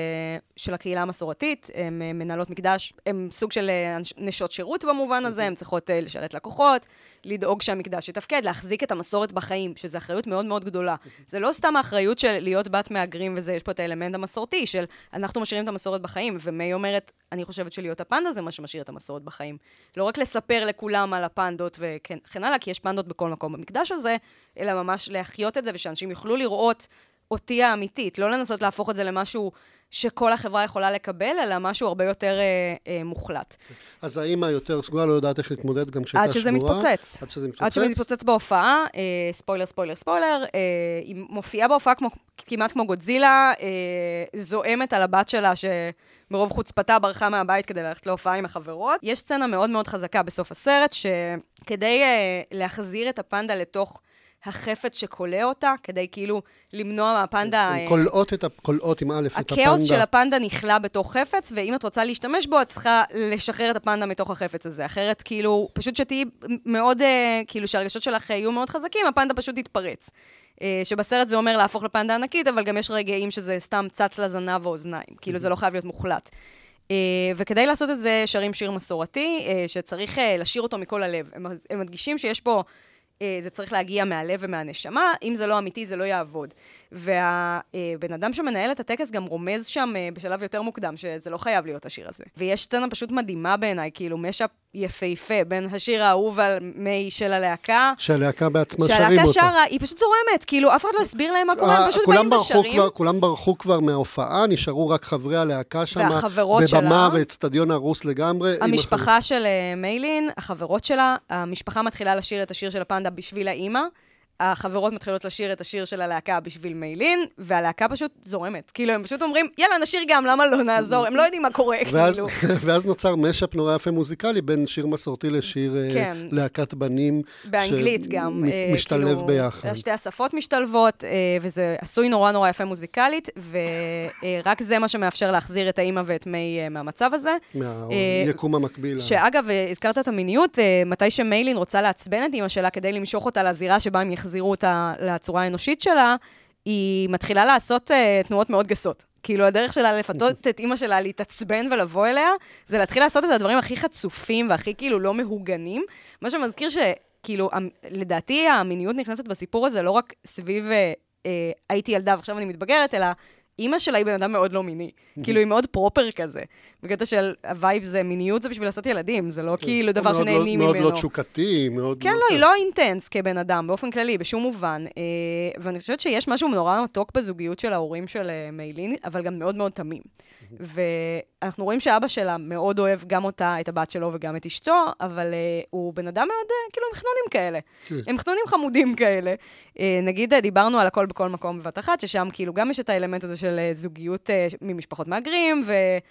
של הקהילה המסורתית, הן מנהלות מקדש, הן סוג של נשות שירות במובן הזה, הן צריכות לשרת לקוחות, לדאוג שהמקדש יתפקד, להחזיק את המסורת בחיים, שזו אחריות מאוד מאוד גדולה. זה לא סתם האחריות של להיות בת מהגרים וזה, יש פה את האלמנט המסורתי של אנחנו משאירים את המסורת בחיים, ומי אומרת, אני חושבת שלהיות הפנדה זה מה שמשאיר את המסורת בחיים. לא רק לספר לכולם על הפנדות וכן הלאה, כי יש פנדות בכל מקום במקדש הזה, אלא ממש להחיות את זה ושאנשים יוכלו לראות אותי האמיתית, לא לנסות להפוך את זה למשהו שכל החברה יכולה לקבל, אלא משהו הרבה יותר מוחלט. אז האמא יותר סגורה לא יודעת איך להתמודד גם כשהייתה שבורה? עד שזה מתפוצץ בהופעה, ספוילר, ספוילר, ספוילר, היא מופיעה בהופעה כמעט כמו גודזילה, זועמת על הבת שלה שמרוב חוצפתה ברחה מהבית כדי ללכת להופעה עם החברות. יש סצנה מאוד מאוד חזקה בסוף הסרט, שכדי להחזיר את הפנדה לתוך החפץ שקולה אותה, כדי כאילו למנוע מהפנדה... קולעות עם א' את הפנדה. הכאוס של הפנדה נכלה בתוך חפץ, ואם את רוצה להשתמש בו, את צריכה לשחרר את הפנדה מתוך החפץ הזה. אחרת, כאילו, פשוט שתהי מאוד, כאילו, שהרגשות שלך יהיו מאוד חזקים, הפנדה פשוט תתפרץ. שבסרט זה אומר להפוך לפנדה ענקית, אבל גם יש רגעים שזה סתם צץ לזנב ואוזניים. כאילו, זה לא חייב להיות מוחלט. וכדי לעשות את זה, שרים שיר מסורתי, שצריך לשיר אותו מכל הלב. הם מדגישים שיש פה... זה צריך להגיע מהלב ומהנשמה, אם זה לא אמיתי, זה לא יעבוד. והבן אדם שמנהל את הטקס גם רומז שם בשלב יותר מוקדם, שזה לא חייב להיות השיר הזה. ויש סצנה פשוט מדהימה בעיניי, כאילו משאפ יפהפה בין השיר האהוב על מי של הלהקה. שהלהקה בעצמה שרים אותה. שהלהקה שרה, היא פשוט זורמת, כאילו אף אחד לא הסביר להם מה קורה, הם פשוט באים ושרים. כולם ברחו כבר מההופעה, נשארו רק חברי הלהקה שם, והחברות שלה. בבמה ואצטדיון הרוס לגמרי. המשפחה של מיילין, החברות שלה, המשפחה מתחילה לשיר את השיר של הפנדה בשביל האימא, החברות מתחילות לשיר את השיר של הלהקה בשביל מיילין, והלהקה פשוט זורמת. כאילו, הם פשוט אומרים, יאללה, נשיר גם, למה לא נעזור? הם לא יודעים מה קורה, כאילו. ואז נוצר משאפ נורא יפה מוזיקלי, בין שיר מסורתי לשיר להקת בנים. באנגלית גם. משתלב ביחד. שתי השפות משתלבות, וזה עשוי נורא נורא יפה מוזיקלית, ורק זה מה שמאפשר להחזיר את האמא ואת מי מהמצב הזה. מהיקום המקביל. שאגב, הזכרת את המיניות, מתי שמיילין רוצה לעצבן את אמא שלה כדי למשוך אותה לזירה שבה הם יחזירו אותה לצורה האנושית שלה, היא מתחילה לעשות תנועות מאוד גסות. כאילו, הדרך שלה לפתות את אמא שלה להתעצבן ולבוא אליה, זה להתחיל לעשות את הדברים הכי חצופים והכי כאילו לא מהוגנים. מה שמזכיר שכאילו, לדעתי המיניות נכנסת בסיפור הזה לא רק סביב הייתי ילדה ועכשיו אני מתבגרת, אלא אמא שלה היא בן אדם מאוד לא מיני. כאילו, היא מאוד פרופר כזה. בקטע של הווייב זה, מיניות זה בשביל לעשות ילדים, זה לא כאילו דבר שנהנים ממנו. מאוד לא תשוקתי, מאוד... כן, לא, היא לא אינטנס כבן אדם, באופן כללי, בשום מובן. ואני חושבת שיש משהו נורא מתוק בזוגיות של ההורים של מיילין, אבל גם מאוד מאוד תמים. ואנחנו רואים שאבא שלה מאוד אוהב גם אותה, את הבת שלו וגם את אשתו, אבל הוא בן אדם מאוד, כאילו, הם חנונים כאלה. הם חנונים חמודים כאלה. נגיד, דיברנו על הכל בכל מקום בבת אחת, ששם כאילו גם יש את האלמנט הזה של זוגיות ממשפחות מהגרים,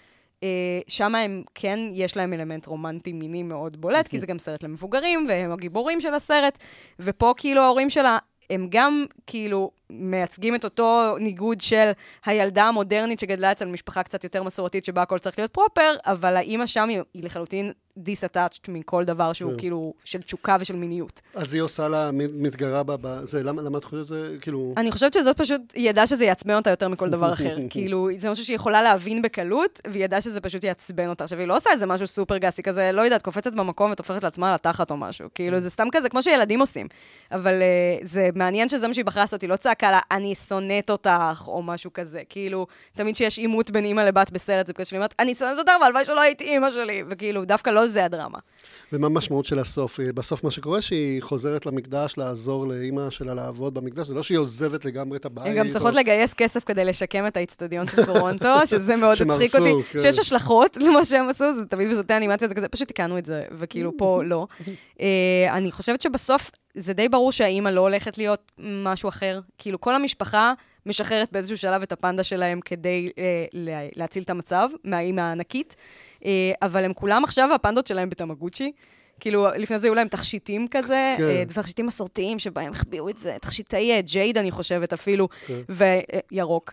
ושם הם כן, יש להם אלמנט רומנטי מיני מאוד בולט, כי זה גם סרט למבוגרים, והם הגיבורים של הסרט, ופה כאילו ההורים שלה, הם גם כאילו מייצגים את אותו ניגוד של הילדה המודרנית שגדלה אצל משפחה קצת יותר מסורתית, שבה הכל צריך להיות פרופר, אבל האמא שם היא לחלוטין דיס-אטאצ'ט מכל דבר שהוא כאילו של תשוקה ושל מיניות. אז היא עושה לה מתגרה בזה, למה את חושבת שזה כאילו... אני חושבת שזאת פשוט, היא ידעה שזה יעצבן אותה יותר מכל דבר אחר. כאילו, זה משהו שהיא יכולה להבין בקלות, והיא ידעה שזה פשוט יעצבן אותה. עכשיו, היא לא עושה איזה משהו סופר גסי כזה, לא יודעת, קופצת במקום ותופכת לעצמה לתחת או משהו. כאילו, זה סתם כזה, כמו שילדים עושים. אבל זה מעניין שזה מה שהיא בחרה לעשות, היא לא צעקה לה, אני שונאת אותך, או משהו כזה. כאילו, תמיד שיש עימות בין אמא לבת בסרט, זה בגלל שהיא אומרת, אני שונאת אותך, והלוואי שלא הייתי אמא שלי. וכאילו, דווקא לא זה הדרמה. ומה המשמעות של הסוף? בסוף מה שקורה שהיא חוזרת למקדש, לעזור לאמא שלה לעבוד במקדש, זה לא שהיא עוזבת לגמרי את הבית. הן גם צריכות לגייס כסף כדי לשקם את האצטדיון של טורונטו, שזה מאוד הצחיק אותי. שיש השלכות למה שהם עשו, זה תמיד בסרטי אנימציה, זה כזה, פשוט תיקנו את זה, וכאילו פה לא. אני חושבת שבסוף זה די ברור שהאמא לא הולכת להיות משהו אחר. כאילו כל המשפחה משחררת באיזשהו שלב את הפנדה שלהם כדי להציל את המצב מהאמא הענקית, אבל הם כולם עכשיו הפנדות שלהם בתמגוצ'י. כאילו, לפני זה היו להם תכשיטים כזה, תכשיטים מסורתיים שבהם החביאו את זה, תכשיטי ג'ייד, אני חושבת אפילו, וירוק.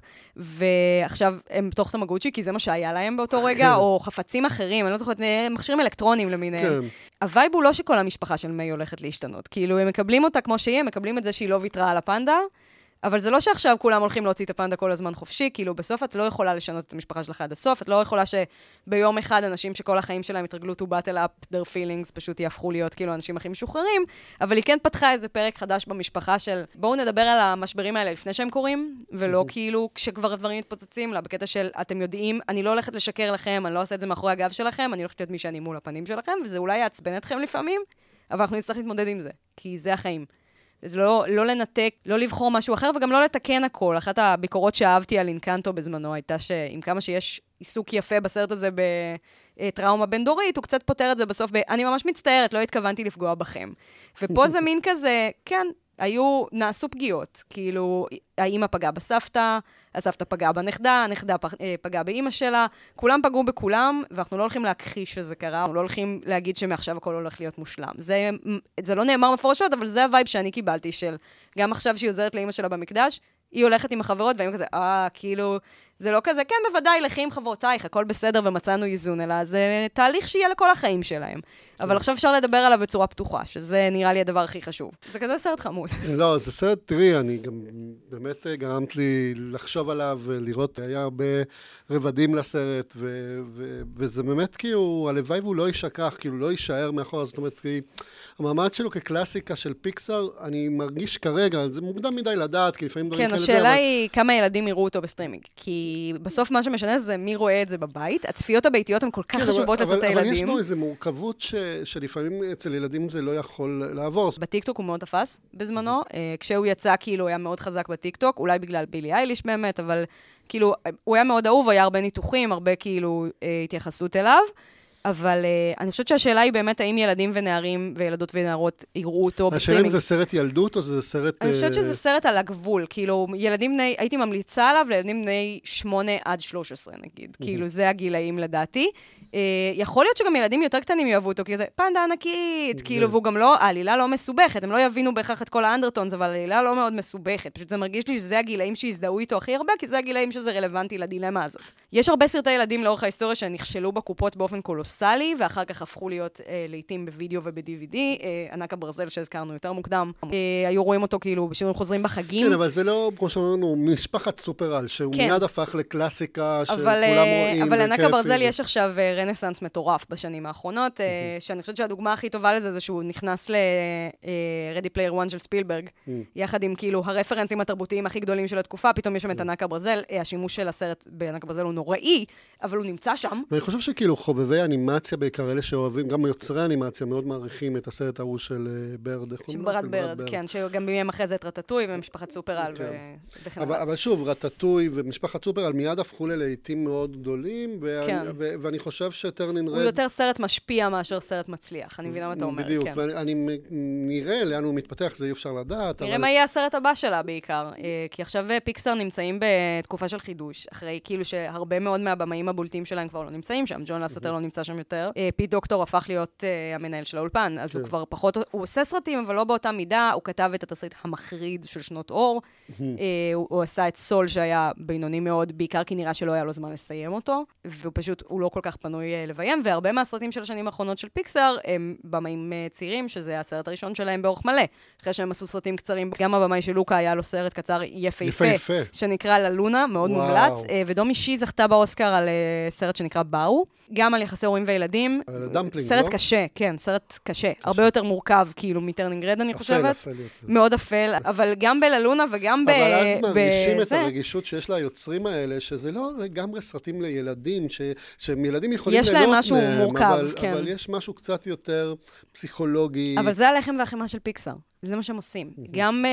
ועכשיו הם בתוך תמגוצ'י, כי זה מה שהיה להם באותו רגע, או חפצים אחרים, אני לא זוכרת, מכשירים אלקטרונים למיניהם. הווייב הוא לא שכל המשפחה של מי הולכת להשתנות. כאילו, הם מקבלים אותה כמו שהיא, הם מקבלים את זה שהיא לא ויתרה על הפנדה, אבל זה לא שעכשיו כולם הולכים להוציא את הפנדה כל הזמן חופשי, כאילו בסוף את לא יכולה לשנות את המשפחה שלך עד הסוף, את לא יכולה שביום אחד אנשים שכל החיים שלהם התרגלו to battle up their feelings, פשוט יהפכו להיות כאילו אנשים הכי משוחררים, אבל היא כן פתחה איזה פרק חדש במשפחה של בואו נדבר על המשברים האלה לפני שהם קורים, ולא כאילו כשכבר הדברים מתפוצצים לה, בקטע של אתם יודעים, אני לא הולכת לשקר לכם, אני לא עושה את זה מאחורי הגב שלכם, אני הולכת להיות מי שאני מול הפנים שלכם, וזה אולי יעצבן אתכם לפעמים, אבל אנחנו נצטרך להתמודד עם זה, כי זה החיים. אז לא לנתק, לא לבחור משהו אחר, וגם לא לתקן הכל. אחת הביקורות שאהבתי על אינקנטו בזמנו הייתה שעם כמה שיש עיסוק יפה בסרט הזה בטראומה בין-דורית, הוא קצת פותר את זה בסוף אני ממש מצטערת, לא התכוונתי לפגוע בכם. ופה זה מין כזה, כן, נעשו פגיעות, כאילו, האמא פגעה בסבתא, הסבתא פגעה בנכדה, הנכדה פגעה באמא שלה, כולם פגעו בכולם, ואנחנו לא הולכים להכחיש שזה קרה, אנחנו לא הולכים להגיד שמעכשיו הכל הולך להיות מושלם. זה לא נאמר מפורשות, אבל זה הווייב שאני קיבלתי של, גם עכשיו שהיא עוזרת לאמא שלה במקדש, היא הולכת עם החברות, והאמא כזה, כאילו, זה לא כזה, כן, בוודאי, לכי עם חברותייך, הכל בסדר ומצאנו איזון, אלא זה תהליך שיהיה לכל החיים שלהם. אבל עכשיו אפשר לדבר עליו בצורה פתוחה, שזה נראה לי הדבר הכי חשוב. זה כזה סרט חמוד. לא, זה סרט, תראי, אני גם באמת גרמת לי לחשוב עליו, לראות, היה הרבה רבדים לסרט, וזה באמת כאילו, הלוואי והוא לא יישכח, כאילו לא יישאר מאחור, זאת אומרת, כי המעמד שלו כקלאסיקה של פיקסאר, אני מרגיש כרגע, זה מוקדם מדי לדעת, כי לפעמים דברים כאלה זה, אבל... כן, השאלה היא כמה ילדים יראו אותו בסטרימינג, כי בסוף מה שמשנה זה מי רואה את זה בבית, הצפיות הביתיות הן כל כך חשובות לסרטי ילדים. אבל יש בו איזו מורכבות שלפעמים אצל ילדים זה לא יכול לעבור. בטיקטוק הוא מאוד תפס בזמנו, כשהוא יצא כאילו היה מאוד חזק בטיקטוק, אולי בגלל בילי אייליש באמת, אבל כאילו הוא היה מאוד אהוב, היה הרבה ניתוחים, הרבה כאילו התייחסות אליו. אבל אני חושבת שהשאלה היא באמת האם ילדים ונערים וילדות ונערות יראו אותו בסטרימינג. השאלה אם זה סרט ילדות או זה סרט... אני חושבת שזה סרט על הגבול, כאילו ילדים בני, הייתי ממליצה עליו לילדים בני 8 עד 13 נגיד, כאילו זה הגילאים לדעתי. יכול להיות שגם ילדים יותר קטנים יאהבו אותו, כי זה פנדה ענקית, כאילו, והוא גם לא, העלילה לא מסובכת, הם לא יבינו בהכרח את כל האנדרטונס, אבל העלילה לא מאוד מסובכת, פשוט זה מרגיש לי שזה הגילאים שהזדהו איתו הכי הרבה, כי זה הגילאים שזה רלוונטי לדילמה הזאת. יש הרבה סרטי ילדים לאורך ההיסטוריה שנכשלו בקופות באופן קולוסלי, ואחר כך הפכו להיות לעיתים בווידאו וב-DVD, ענק הברזל שהזכרנו יותר מוקדם. היו רואים אותו כאילו בשירים חוזרים בחגים. כן, אבל זה לא, כמו שאמרנו, משפחת סופרל, שהוא מיד הפך לקלאסיקה שכולם רואים. אבל ענק הברזל יש עכשיו רנסנס מטורף בשנים האחרונות, שאני חושבת שהדוגמה הכי טובה לזה זה שהוא נכנס ל-Ready Player One של ספילברג, יחד עם כאילו הרפרנסים התרבותיים הכי גדולים של התקופה, פתאום יש שם את ענק הברזל, השימוש של הסרט בענק הברזל הוא נוראי, אבל הוא נמצא שם. ואני חושב שכאילו חובבי אנימציה בעיקר, אלה שאוהבים, גם יוצרי אנימציה מאוד מעריכים את הסרט ההוא של ברד. של ברד ברד, כן, שגם בימים אחרי זה את רטטוי ומשפחת סופרל וכן. אבל שוב, רטטוי ומשפחת סופרל מיד הפכו ללהיטים מאוד גדולים, ואני חושב שטרנינג רד... הוא יותר סרט משפיע מאשר סרט מצליח, אני מבינה מה אתה אומר. בדיוק, ואני נראה לאן הוא מתפתח, זה אי אפשר לדעת. נראה מה יהיה הסרט הבא שלה בעיקר, כי עכשיו פיקסאר נמצאים בתקופה של חידוש, אחרי כאילו שהרבה מאוד מהבמאים הבולטים שלהם כבר לא נמצאים שם, ג'ון לסטר לא נמצא שם יותר, פיט דוקטור הפך להיות המנהל של האולפן, אז הוא כבר פחות, הוא עושה סרטים, אבל לא באותה מידה, הוא כתב את התסריט המחריד של שנות אור, הוא עשה את סול שהיה בינוני מאוד, בעיקר כי נראה שלא היה לו זמן לסיים אותו, והוא פשוט, הוא לא כל כך פנוי לביים, והרבה מהסרטים של השנים האחרונות של פיקסאר, הם במאים צעירים, שזה הסרט הראשון שלהם באורך מלא, אחרי שהם עשו סרטים קצרים, גם הבמאי של לוקה היה לו סרט קצר יפהפה, שנקרא ללונה, מאוד מומלץ, ודומי שי זכתה באוסקר על סרט שנקרא באו, גם על יחסי הורים וילדים, סרט קשה, כן, סרט קשה, הרבה יותר מורכב, כאילו, מטרנינג רד, אני חושבת, מאוד אפל, אבל גם בללונה וגם אבל אז מרגישים את הרגישות שיש ליוצרים האלה, שזה לא לגמרי סרטים לילדים, שהם ילדים יכולים יש להם משהו מורכב, כן. אבל יש משהו קצת יותר פסיכולוגי. אבל זה הלחם והחמאה של פיקסאר. זה מה שהם עושים. גם,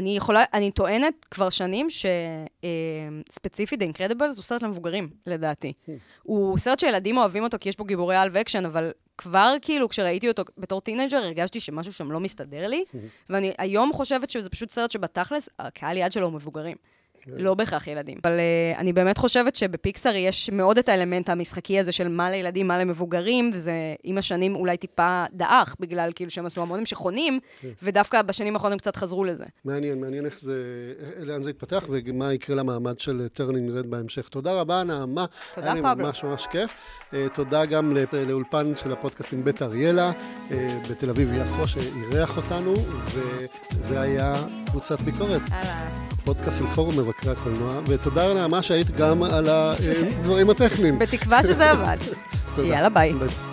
אני טוענת כבר שנים שספציפית, The Incredibles הוא סרט למבוגרים, לדעתי. הוא סרט שילדים אוהבים אותו כי יש בו גיבורי על ואקשן, אבל כבר כאילו כשראיתי אותו בתור טינג'ר, הרגשתי שמשהו שם לא מסתדר לי, ואני היום חושבת שזה פשוט סרט שבתכלס, הקהל יד שלו הוא מבוגרים. לא בהכרח ילדים. אבל אני באמת חושבת שבפיקסאר יש מאוד את האלמנט המשחקי הזה של מה לילדים, מה למבוגרים, וזה עם השנים אולי טיפה דאח, בגלל כאילו שהם עשו המונים שחונים, ודווקא בשנים האחרונות קצת חזרו לזה. מעניין איך זה, לאן זה יתפתח, ומה יקרה למעמד של טרנינג רד בהמשך. תודה רבה, נעמה. תודה, פבלו. היה לי ממש כיף. תודה גם לאולפן של הפודקאסטים בית אריאלה, בתל אביב יפו, שאירח אותנו, וזה היה קבוצת ביקורת. פודקאסט של פורום מבקרי הקולנוע, ותודה נעמה שהיית גם על הדברים הטכניים. בתקווה שזה עבד. יאללה, ביי.